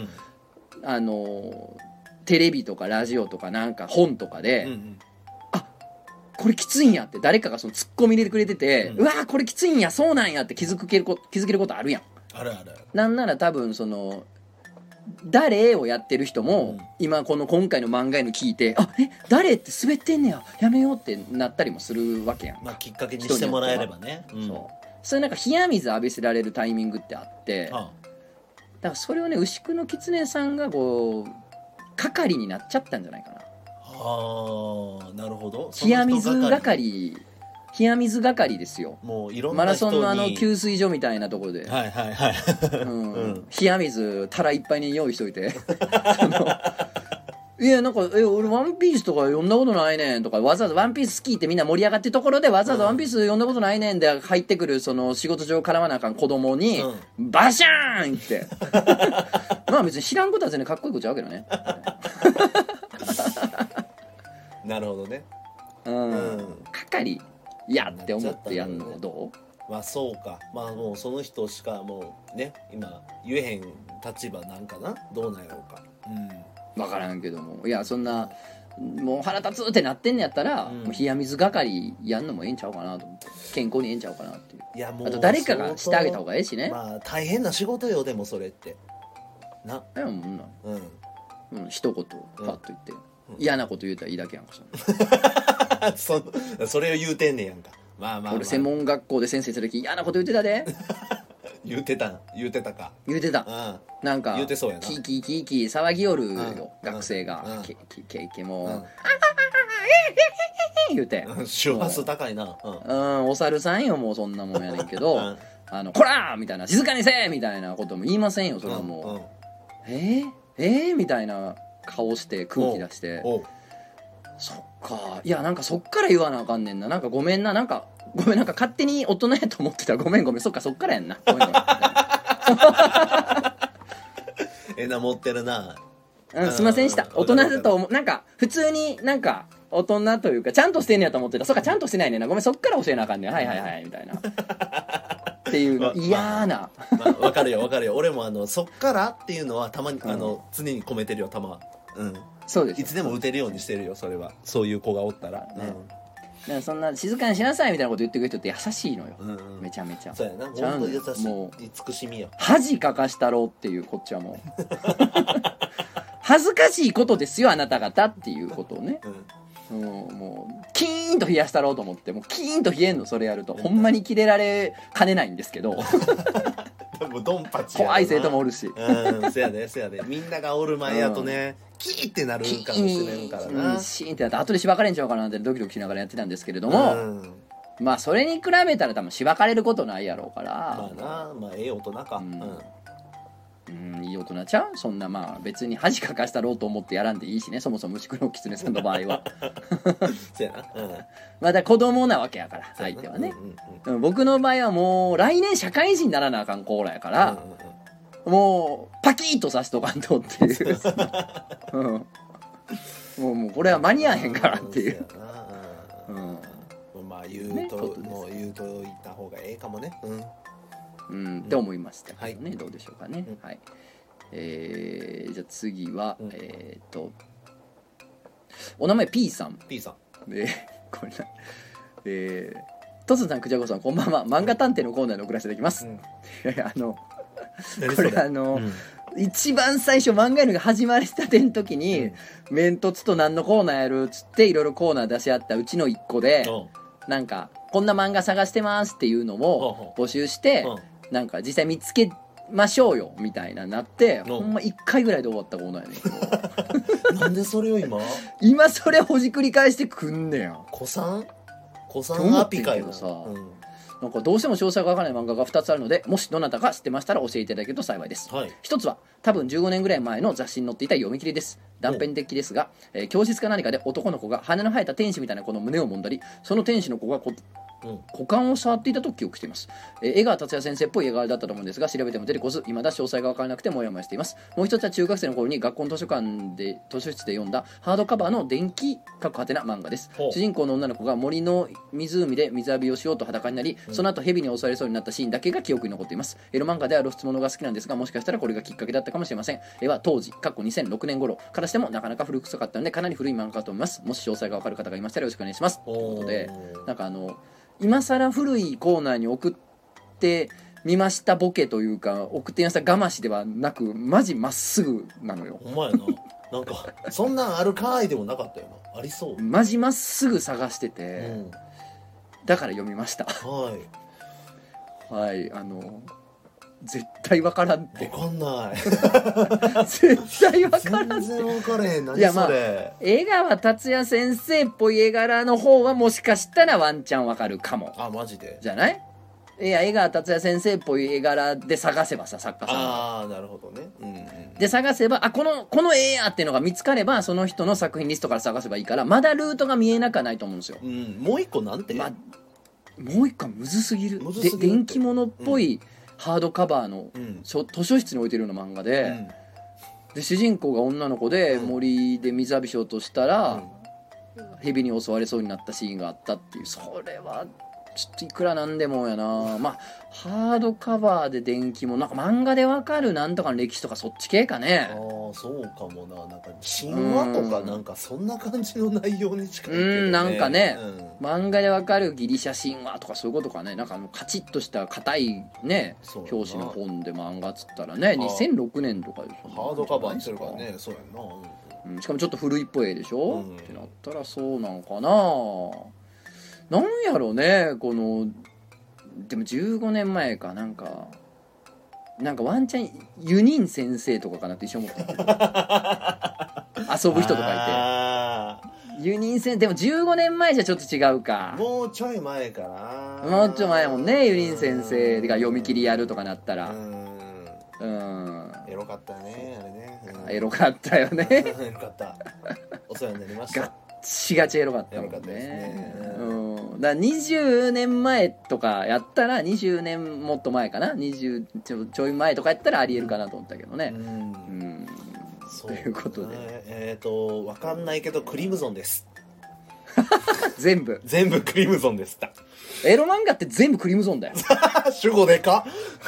テレビとかラジオとかなんか本とかで、あ、これきついんやって誰かがそのツッコミ入れてくれてて、うわーこれきついんや、そうなんやって気づけることあるやん。 あるある。 なんなら多分その誰をやってる人も、今この今回の漫画の聞いて、あ、誰って滑ってんねや、やめようってなったりもするわけやん。 きっかけにしてもらえればね。 それなんか冷や水浴びせられるタイミングってあって、だからそれをね牛久の狐さんがこう係になっちゃったんじゃないかな。 なるほど。 冷や水係ですよ。 もういろんマな人にラソンの給水所みたいなところで、冷や水たらいっぱいに用意しといていやなんか俺ワンピースとか読んだことないねんとか、わざわざワンピース好きってみんな盛り上がってるところでわざわざワンピース読んだことないねんで入ってくるその仕事上絡まなあかん子供に、バシャーンってまあ別に知らんことは全然かっこいいことちゃうけどねなるほどね。 係やって思ってやんのどう？ まあそうか。まあもうその人しかもうね今言えへん立場なんかな、どうなんやろうか。 分からんけども、いやそんなもう腹立つってなってんのやったら、もう冷や水係やんのもええんちゃうかなと思って、健康にええんちゃうかなっていう。 いやもうあと誰かがしてあげた方がええしね。 まあ大変な仕事よ。でもそれってな。 いやもう一言パッと言って、嫌なこと言うたらいいだけやんかそれを言うてんねやんか。まあ俺専門学校で先生する時嫌なこと言ってたで言うてたか。 言うてた。なんか言うてそうやな。 キーキーキーキー騒ぎよるよ、学生が。ケも言うて周波数高いな。 お猿さんよもうそんなもんやねんけどこらーみたいな、静かにせーみたいなことも言いませんよ。それはもうみたいな顔して空気出して、そっか、いやなんかそっから言わなあかんねんな。なんかごめんな、なんか勝手に大人やと思ってた。ごめんそっからやんな。ごめんな持ってるな。 すいませんでした。大人だと思う。なんか普通になんか大人というかちゃんとしてんねやと思ってた。そっかちゃんとしてないねんな。ごめんそっから教えなあかんねん。はいみたいなっていうの嫌な。 わかるよ俺もそっからっていうのはたまに常に込めてるよ。 そうです。 いつでも打てるようにしてるよ。それはそういう子がおったらそんな静かにしなさいみたいなこと言ってくる人って優しいのよ。めちゃめちゃ。 そうやな。本当優しい。 もう慈しみよ。 恥かかしたろうっていう、こっちはもう恥ずかしいことですよあなた方っていうことをね、もうキーンと冷やしたろうと思って、もうキーンと冷えんの。それやるとほんまにキレられかねないんですけどもうドンパチ怖い生徒もおるし、 せやでみんながおる前やとね、キーってなるかもしれんからな。 シーンってなって後でしばかれんちゃうかなってドキドキしながらやってたんですけれども、まあそれに比べたら多分しばかれることないやろうから、 ええ大人か。 いい大人ちゃう。そんなまあ別に恥かかしたろうと思ってやらんでいいしね。そもそも虫黒狐さんの場合はそうやな。 まだ子供なわけやから相手はね。僕の場合はもう来年社会人にならなあかんコーラやから、もうパキッとさしとかんとっていうもうこれは間に合わへんからっていう。 まあ言うといった方がええかもね。 って思いましたけどね。どうでしょうかね。はい。じゃあ次はお名前 P さん。 これトスさん、クジャコさん、こんばんは。漫画探偵のコーナーに送らせていただきます。これ一番最初漫画やるが始まりしたての時に、メントツと何のコーナーやるっつっていろいろコーナー出し合ったうちの一個で、なんかこんな漫画探してますっていうのを募集して、なんか実際見つけましょうよみたいななって、ほんま1回ぐらいで終わったコーナーやねんけどなんでそれを今それをほじくり返してくんねや。 子さんアピかよさ、なんかどうしても詳細がわからない漫画が2つあるので、もしどなたか知ってましたら教えていただけると幸いです。1つは多分15年ぐらい前の雑誌に載っていた読み切りです。断片的ですが、教室か何かで男の子が羽の生えた天使みたいな子の胸を揉んだり、その天使の子が股間を触っていたと記憶しています。江川達也先生っぽい絵柄だったと思うんですが、調べても出てこず、未だ詳細が分からなくてモヤモヤしています。もう一つは中学生の頃に学校の図書室で読んだハードカバーの電気漫画です。主人公の女の子が森の湖で水浴びをしようと裸になり、その後蛇に襲われそうになったシーンだけが記憶に残っています。エロ漫画では露出物が好きなんですが、もしかしたらこれがきっかけだったかもしれません。絵は当時2006年頃からしてもなかなか古臭かったので、かなり古い漫画かと思います。もし詳細が分かる方がいましたらよろしくお願いします。ということで、なんか今更古いコーナーに送ってみましたボケというか、送ってみましたがましではなく、マジまっすぐなのよ。 お前な、なんかそんなんあるかいでもなかったよな。ありそう。 マジまっすぐ探してて、だから読みました。はい、絶対分からんって。 分かんない絶対分からんって。 全然分からへん。何それ。 いや、まあ、江川達也先生っぽい絵柄の方はもしかしたらワンチャン分かるかも。 あ、マジで。 じゃない？いや、江川達也先生っぽい絵柄で探せばさ、作家さんああ、なるほどね。 で探せば、この絵やっていうのが見つかれば、その人の作品リストから探せばいいから、まだルートが見えなくはないと思うんですよ。 もう一個なんて、 もう一個はむずすぎる。電気物っぽい、ハードカバーの、図書室に置いてるような漫画で、で主人公が女の子で森で水浴びしようとしたら、蛇に襲われそうになったシーンがあったっていう。それはちょっといくらなんでもやな。まあハードカバーで電気もなんか漫画でわかるなんとかの歴史とかそっち系かね。 ああ、そうかもな。なんか神話とかなんかそんな感じの内容に近いけどね。 なんかね、漫画でわかるギリシャ神話とかそういうことかね。なんかカチッとした硬いね表紙の本で漫画っつったらね、2006年とかでしょ。 ハードカバーにするからね。そうやんな、しかもちょっと古いっぽい絵でしょ、ってなったらそうなんかな。なんやろうね、このでも15年前かなんかワンチャンユニン先生とかかなって一緒思った遊ぶ人とかいて、ユニン先生でも15年前じゃちょっと違うか。 もうちょい前かな。 もうちょい前もんね、ユニン先生が読み切りやるとかなったらエロかったねあれね。 エロかったよね。 エロかった。お世話になりました。 ガッチガチエロかったもんね。だから20年前とかやったら、20年もっと前かな、20ちょい前とかやったらありえるかなと思ったけどね。ということで分かんないけどクリムゾンです全部クリムゾンでした。 エロ漫画って全部クリムゾンだよ主語でか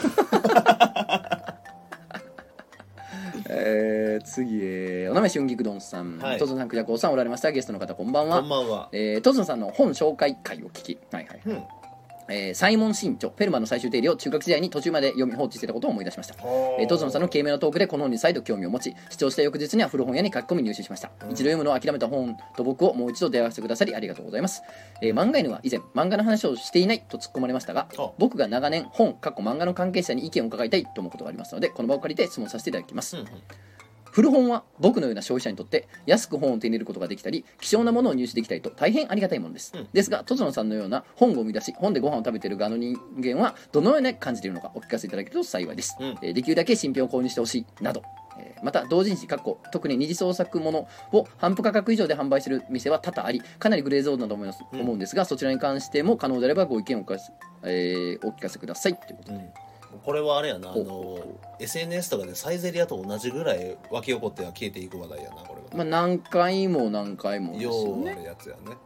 次、おなめ春菊丼さん、とぞさん、くじゃこさんおられました。ゲストの方こんばんは。 こんばんは。 とぞさんの本紹介会を聞き、サイモン・シンチョフェルマーの最終定理を中学時代に途中まで読み放置していたことを思い出しました。トゾンさんの軽妙なトークでこの本に再度興味を持ち、視聴した翌日には古本屋に書き込み入手しました。一度読むのを諦めた本と僕をもう一度出会わせてくださりありがとうございます。漫画犬は以前漫画の話をしていないと突っ込まれましたが、僕が長年漫画の関係者に意見を伺いたいと思うことがありますので、この場を借りて質問させていただきます。古本は僕のような消費者にとって安く本を手に入れることができたり希少なものを入手できたりと大変ありがたいものです、ですがとつのさんのような本を生み出し本でご飯を食べている側の人間はどのように感じているのかお聞かせいただけると幸いです、できるだけ新品を購入してほしいなど、また同人誌特に二次創作ものを販布価格以上で販売している店は多々ありかなりグレーゾーンだと思うんですが、そちらに関しても可能であればご意見をお聞かせくださいということで、 これはあれやな、SNS とかでサイゼリアと同じぐらい沸き起こっては消えていく話題やな、これは。 何回もですよね。 ようあるやつやね。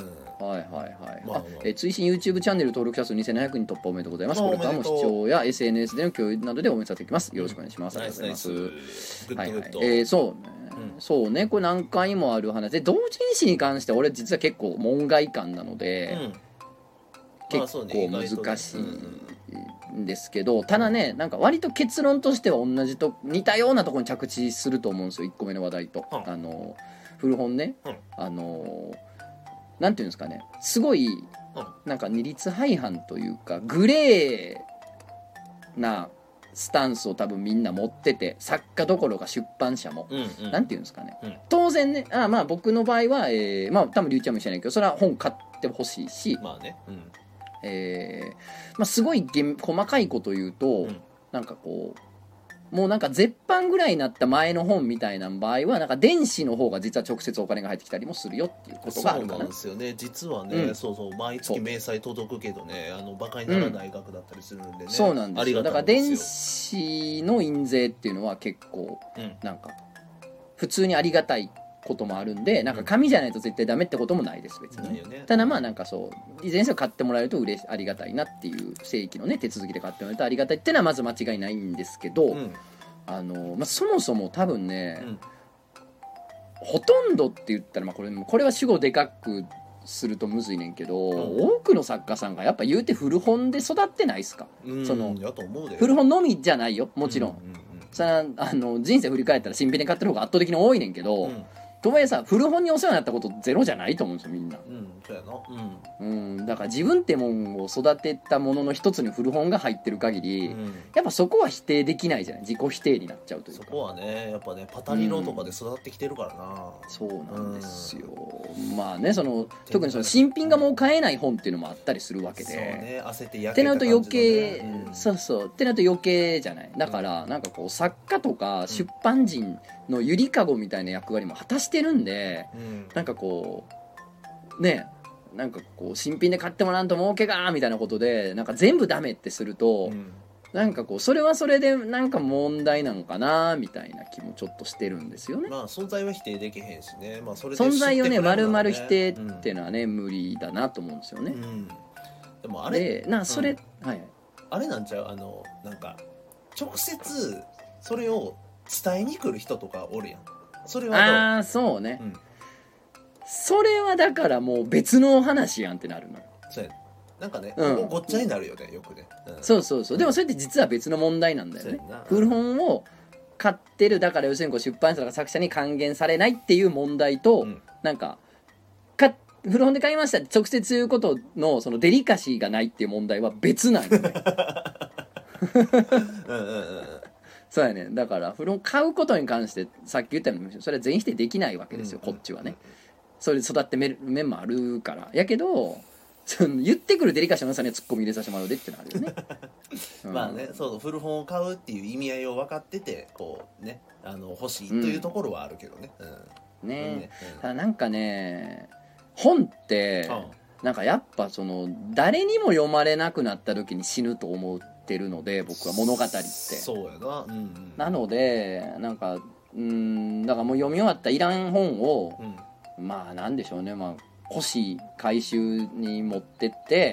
追伸 YouTube チャンネル登録者数2700人突破おめでとうございます。これからも視聴や SNS での共有などで応援させていきます。よろしくお願いします。ありがとうございます。そうね、これ何回もある話で、同人誌に関しては俺実は結構門外漢なので、結構難しいんですけど、ただね、なんか割と結論としては似たようなところに着地すると思うんですよ、1個目の話題と。古本ね、なんていうんですかね、すごいなんか二律背反というかグレーなスタンスを多分みんな持ってて、作家どころか出版社も、なんていうんですかね、当然ね、僕の場合は、多分りゅうちゃんも知らないけど、それは本買ってほしいし、すごい細かいこと言うと、なんかこうもうなんか絶版ぐらいになった前の本みたいな場合はなんか電子の方が実は直接お金が入ってきたりもするよっていうことがあるかな。 そうなんですよね、実はね、そうそう、毎月明細届くけどね、バカにならない額だったりするんでね、 そうなんですよ。だから電子の印税っていうのは結構なんか普通にありがたいこともあるんで、なんか紙じゃないと絶対ダメってこともないです別に、ね、ただまあなんかそういずれにせよ買ってもらえるとありがたいなっていう正規のね手続きで買ってもらえるとありがたいっていうのはまず間違いないんですけど、そもそも多分ね、ほとんどって言ったら、これは主語でかくするとむずいねんけど、多くの作家さんがやっぱ言うて古本で育ってないっすか。その古本のみじゃないよもちろん、人生振り返ったら新品で買ってる方が圧倒的に多いねんけど、とはいえさ古本にお世話になったことゼロじゃないと思うんですよみんな。 そうやな。 だから自分ってもんを育てたものの一つに古本が入ってる限り、やっぱそこは否定できないじゃない、自己否定になっちゃうというか。 そこはねやっぱねパタリロとかで育ってきてるからな。 そうなんですよ。まあね特にその新品がもう買えない本っていうのもあったりするわけで、そうね、焦って焼けた感じのね、 ってなると余計、ってなると余計じゃない。だからなんかこう作家とか出版人のゆりかごみたいな役割も果たしてるんで、なんかこうね、なんかこう新品で買ってもらうと儲けがみたいなことでなんか全部ダメってすると、なんかこうそれはそれでなんか問題なのかなみたいな気もちょっとしてるんですよね。 まあ存在は否定できへんしね、それで存在をね丸々否定っていうのはね、無理だなと思うんですよね。 でもあれそれ、 あれなんちゃう、なんか直接それを伝えに来る人とかおるやん。それはどう？ そうね、それはだからもう別の話やんってなるのよ。 そうやなんかね、ごっちゃになるよねよくね、 そうでもそれって実は別の問題なんだよね。古本を買ってる、だから要するにこう出版社とか作者に還元されないっていう問題と、なんか古本で買いましたって直接言うことのそのデリカシーがないっていう問題は別なんよね。そうやね。だから古本買うことに関してさっき言ったようにそれは全否定できないわけですよ、こっちはね。それで育って面もあるからやけど、言ってくるデリカシーの良さにはツッコミ入れさせてもらうでってなるよね。 まあね、そう古本を買うっていう意味合いを分かっててこうね欲しいというところはあるけどね。 ただなんかね本ってなんかやっぱ誰にも読まれなくなった時に死ぬと思ってるので僕は物語って。 そうやな。 なのでなんかだからもう読み終わったいらん本を、まあなんでしょうね、欲しい回収に持ってって、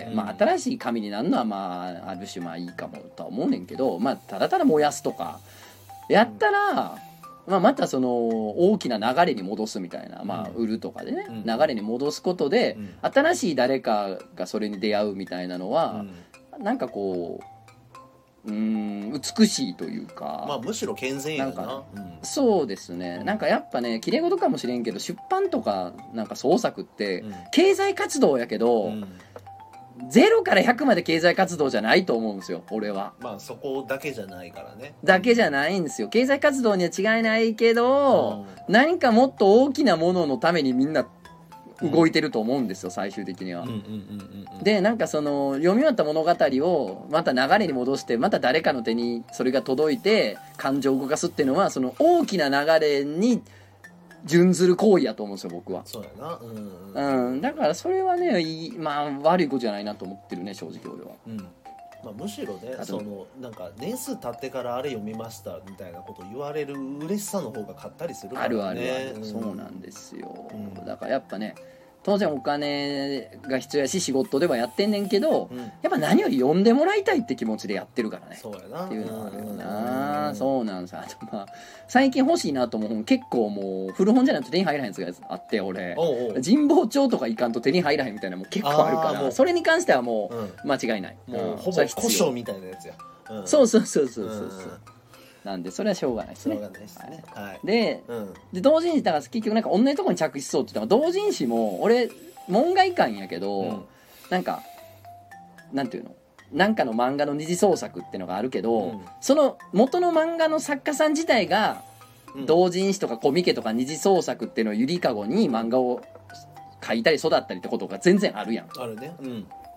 新しい紙になるのはある種いいかもとは思うねんけど、ただただ燃やすとかやったら、また大きな流れに戻すみたいな、売るとかでね、流れに戻すことで、新しい誰かがそれに出会うみたいなのは、なんかこう美しいというか、 むしろ健全やな。 そうですね。なんかやっぱね綺麗事かもしれんけど出版とかなんか創作って経済活動やけど、0から100まで経済活動じゃないと思うんですよ俺は。 そこだけじゃないからね。 だけじゃないんですよ。経済活動には違いないけど、何かもっと大きなもののためにみんな動いてると思うんですよ最終的には。でなんか読み終わった物語をまた流れに戻してまた誰かの手にそれが届いて感情を動かすっていうのは大きな流れに準ずる行為やと思うんですよ僕は。 そうやな。 だからそれはね悪いことじゃないなと思ってるね正直俺は。 むしろねなんか年数経ってからあれ読みましたみたいなこと言われる嬉しさの方が勝ったりするからね。 ある、そうなんですよ。だからやっぱね当然お金が必要やし仕事ではやってんねんけど、やっぱ何より読んでもらいたいって気持ちでやってるからね。 そうやなっていうのはあるよな。そうなんですよ。あと最近欲しいなと思う本結構もう古本じゃないと手に入らへんやつがあって俺神保町とか行かんと手に入らへんみたいなも結構あるからそれに関してはもう間違いない。 もうほぼ古書みたいなやつや。 そうなんでそれはしょうがないですね。で同人誌だから結局なんか同じところに着地しそうって言ったら同人誌も俺門外漢やけど、なんかなんていうのなんかの漫画の二次創作っていうのがあるけど、その元の漫画の作家さん自体が同人誌とかコミケとか二次創作っていうのをゆりかごに漫画を描いたり育ったりってことが全然あるやん。 あるね。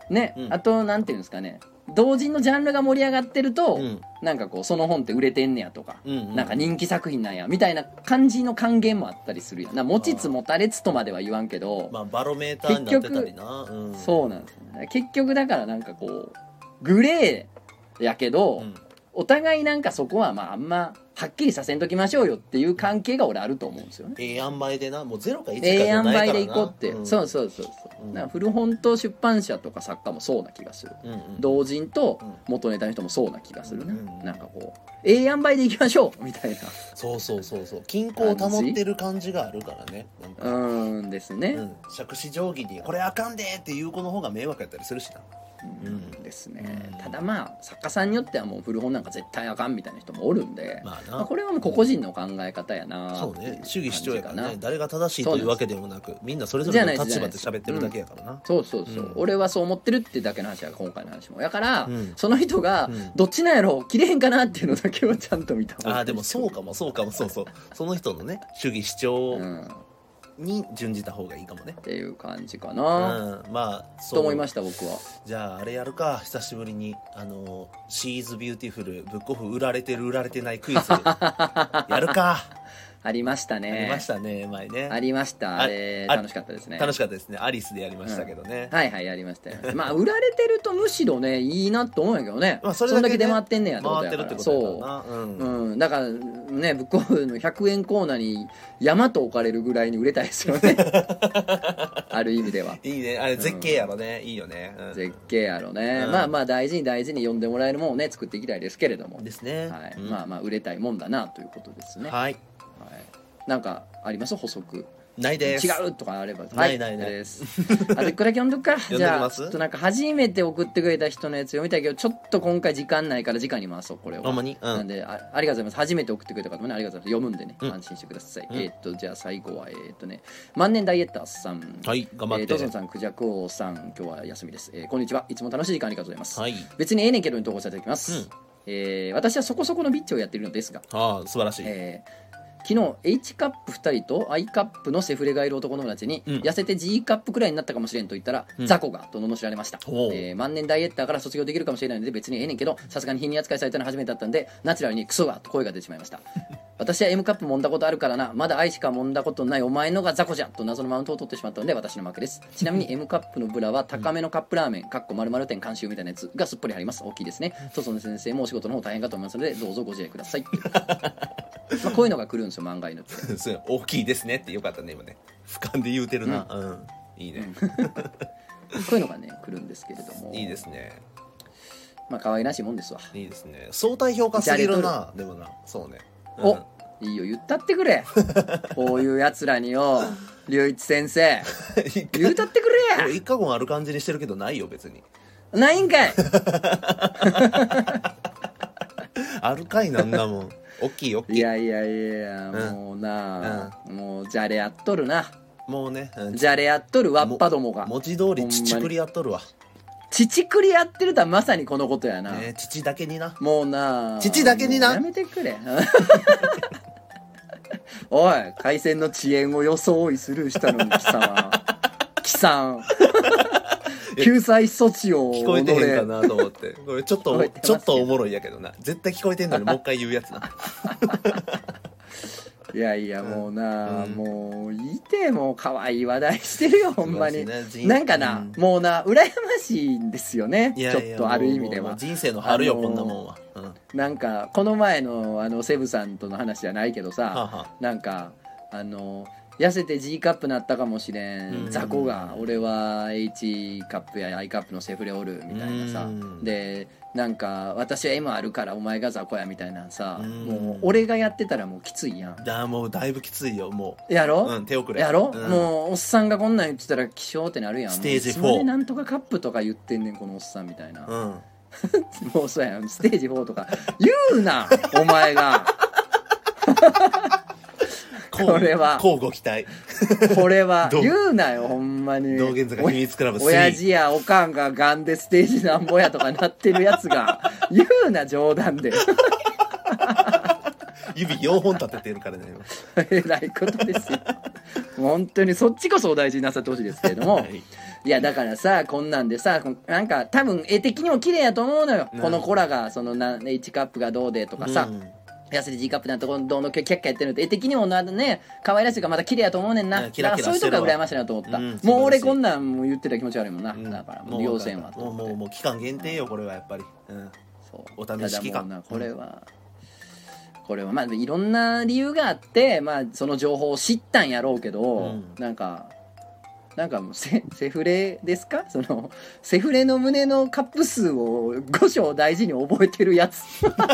ね、あとなんていうんですかね、同人のジャンルが盛り上がってると、なんかこうその本って売れてんねやとか、なんか人気作品なんやみたいな感じの還元もあったりするやん。持ちつ持たれつとまでは言わんけど、 まあバロメーターになってたりな、 そうなんですよね。結局だからなんかこうグレーやけど、お互いなんかそこはまああんまはっきりさせんときましょうよっていう関係が俺あると思うんですよね。 塩梅でな、もう0か1かじゃないからな。 塩梅でいこうって、そうそうそうそう。なんか古本と出版社とか作家もそうな気がする。同人と元ネタの人もそうな気がするね。なんかこう塩梅でいきましょうみたいな。 そうそうそうそう。均衡を保ってる感じがあるからね。 ですね。 杓子定規にこれあかんでっていう子の方が迷惑やったりするしな。 ですね。ただまあ作家さんによってはもう古本なんか絶対あかんみたいな人もおるんで、まあこれはもう個々人の考え方やな。 そうね、主義主張やからね。誰が正しいというわけでもなく、みんなそれぞれの立場で喋ってるだけやからな。 そうそうそう、俺はそう思ってるってだけの話は今回の話もやから、その人がどっちなんやろ切れへんかなっていうのだけをちゃんと見た方がいい。 でもそうかもそうかも、そうそう、その人のね主義主張に準じた方がいいかもねっていう感じかな。 まあそう思いました僕は。 じゃああれやるか、久しぶりにシーズビューティフルブックオフ売られてる売られてないクイズやるか。 ありましたね。 ありましたね、前ね。 ありました。あれ楽しかったですね。 楽しかったですね。アリスでやりましたけどね。 はいはい、やりましたよ。まあ売られてるとむしろねいいなと思うんやけどね。それだけ出回ってんねやってことやから。そうだからね、ブックオフの100円コーナーに山と置かれるぐらいに売れたいですよね。ある意味では。 いいね、あれ絶景やろね。いいよね。 絶景やろね。まあまあ大事に大事に読んでもらえるものをね作っていきたいですけれども。 ですね。 はい。まあまあ売れたいもんだなということですね。 はい。 なんかあります補足？ ないです。 違うとかあれば。 ないないないです。あと1個だけ読んどくか。じゃあちょっとなんか初めて送ってくれた人のやつ読みたいけどちょっと今回時間ないから時間に回そうこれを。 ほんまに。 なんでありがとうございます。初めて送ってくれた方もねありがとうございます。読むんでね安心してください。じゃあ最後は万年ダイエッターさん。 はい頑張って。 トゾンさん、クジャク王さん、今日は休みです。こんにちは。いつも楽しい時間ありがとうございます。 はい。 別にねんけどに投稿させていただきます。私はそこそこのビッチをやっているのですが。 素晴らしい。 昨日 H カップ2人と I カップのセフレがいる男友達に、痩せて G カップくらいになったかもしれんと言ったら、雑魚がと罵られました。万年ダイエッターから卒業できるかもしれないので別にええねんけど、さすがに貧乳扱いされたの初めてだったんでナチュラルにクソがと声が出てしまいました。私は M カップ揉んだことあるからな、まだ I しか揉んだことないお前のが雑魚じゃと謎のマウントを取ってしまったので私の負けです。ちなみに M カップのブラは高めのカップラーメン〇〇店監修みたいなやつがすっぽりあります。大きいですね。トソン先生もお仕事の方大変かと思いますのでどうぞご自愛ください。まあこういうのが来るんですよ漫画犬って。 大きいですねってよかったね今ね。俯瞰で言うてるな。いいね。 こういうのがね来るんですけれども。 いいですね。 まあ可愛らしいもんですわ。 いいですね。相対評価すぎるな。でもな、そうね。 お、いいよ言ったってくれ。こういうやつらによ、龍一先生。言うたってくれや。 一過言ある感じにしてるけどないよ別に。 ないんかい。 あるかいなんだもん。大きい大きい。 いやいやいやもうな、もうじゃれやっとるな。 もうね、 じゃれやっとるわっぱどもが。 文字通り乳くりやっとるわ。 乳くりやってるとはまさにこのことやな。 乳だけにな。 もうな。 乳だけにな。 やめてくれ。おい、海鮮の遅延を装いスルーしたのに貴様。貴さん。救済措置を聞こえてへんかなと思って。これちょっとおもろいやけどな。絶対聞こえてんのにもう一回言うやつな。 いやいやもうな、もういいて、もう可愛い話題してるよほんまに。なんかな、もうな羨ましいんですよね。ちょっとある意味では人生の春よこんなもんは。 なんかこの前のセブさんとの話じゃないけどさ、なんか痩せて G カップなったかもしれん雑魚が俺は H カップや I カップのセフレおるみたいなさ、でなんか私は M あるからお前が雑魚やみたいなさ、もう俺がやってたらもうきついやん。 もうだいぶきついよもう。 やろ、 手遅れやろ、もうおっさんがこんなん言ってたら気象ってなるやん。 ステージ4。 それでなんとかカップとか言ってんねんこのおっさんみたいな。もうそうやん、ステージ4とか言うなお前が。これは交互期待。 これは言うなよほんまに。 道玄坂秘密クラブ3。 親父やおかんがガンでステージなんぼやとかなってるやつが言うな冗談で。 指4本立ててるからね。 えらいことですよ。 本当にそっちこそお大事になさってほしいですけれども、はい、いやだからさこんなんでさなんか多分絵的にも綺麗やと思うのよ、この子らがそのHカップがどうでとかさ、痩せて G カップなんてどんどんキャッキャやってるのって絵的にもね可愛らしいからまた綺麗やと思うねんな。キラキラそういうとこが羨ましいなと思った、もう俺こんなんもう言ってたら気持ち悪いもんな、だからもう要線はもう期間限定よこれはやっぱり、そうお試し期間これはまあいろんな理由があって、まあ、その情報を知ったんやろうけど、なんかもうセフレですか、そのセフレの胸のカップ数を5章大事に覚えてるやつ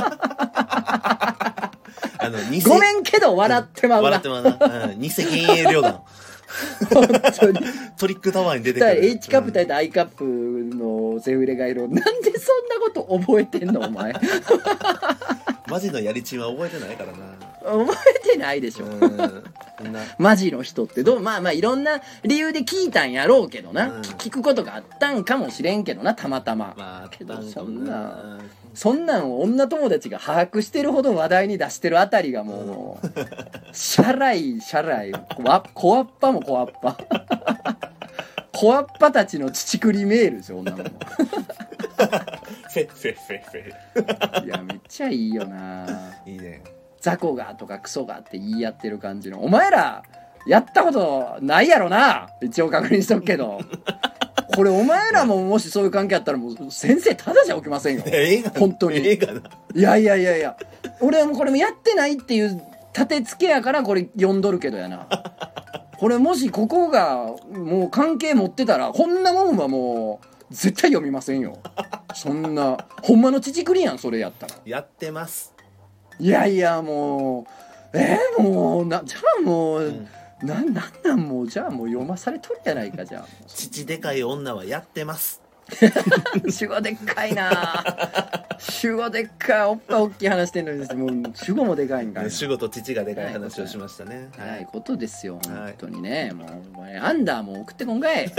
ごめんけど笑ってまうな、 笑ってまうな、偽幻影旅団本当にトリックタワーに出てくる H カップ対と I カップのセフレがいる、なんでそんなこと覚えてんのお前マジのやりちんは覚えてないからな。 覚えてないでしょマジの人ってまあいろんな理由で聞いたんやろうけどな、聞くことがあったんかもしれんけどな、たまたま、けどそんなんを女友達が把握してるほど話題に出してるあたりがもうシャライコアッパもコアッパコアッパたちの乳くりメールですよ女もフェいやめっちゃいいよな、 いいね、 雑魚がとかクソがって言い合ってる感じの、お前らやったことないやろな、一応確認しとくけどこれお前らももしそういう関係あったらもう先生ただじゃ起きませんよ本当に。いや俺もこれもやってないっていう立て付けやからこれ読んどるけどやなこれもしここがもう関係持ってたらこんなもんはもう絶対読みませんよそんなほんまの乳くりやんそれやったら。 やってます。 いやもうもうじゃあもう、なんもうじゃあもう読まされとるやないか。じゃあ父でかい女はやってます主語でっかいな主語でっかい、おっぱい大きい話してんのにもう主語もでかいんかいな。 主語と父がでかい話をしましたね。 はいことですよ本当にね、もうアンダーも送ってこんかい、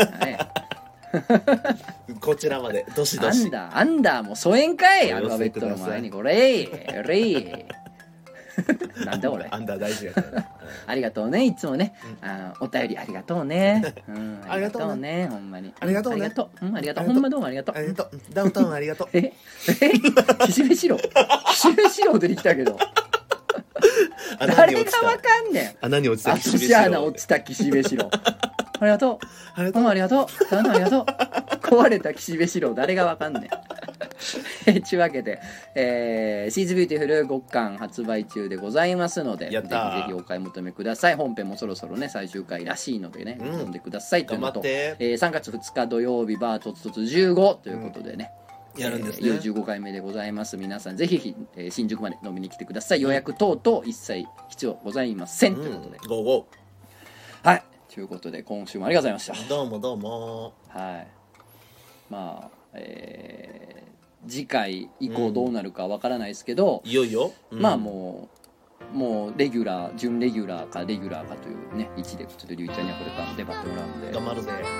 こちらまでどしどしアンダーも疎遠かい、アルファベットの前にこれなんだ俺アンダー大事やからありがとうねいつもね、お便りありがとうね、ありがとうねほんまにありがとうね、 ありがとうほんまどうもありがとうダウンタウンありがとう岸辺四郎出てきたけど誰がわかんねん。 穴に落ちた岸辺四郎、穴落ちた岸辺四郎ありがとうどうもありがとうありがとう壊れた岸辺四郎誰がわかんねんちゅうわけで、シーズビューティフル5巻発売中でございますので、ぜひぜひお買い求めください。本編もそろそろね最終回らしいのでね、読んでくださいというのと、3月2日土曜日バーとつとつ15ということでね、 やるんですね。 15回目でございます。皆さんぜひ、新宿まで飲みに来てください。予約等々一切必要ございません、ということでゴーゴー。はいということで今週もありがとうございました。 どうもはいまあ次回以降どうなるかわからないですけど、 いよいよ、 まあもうレギュラー準レギュラーかレギュラーかというね位置でちょっとりゅうちゃんにはこれからも出張ってもらうんで頑張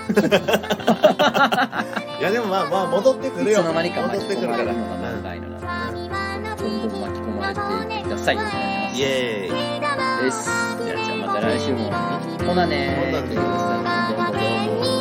るぜいやでもまあ戻ってくるよ。 いつの間にか戻ってくるから問題のな今後巻き込まれていってください。お願いします。 イエーイです。じゃあまた来週もほなねどうも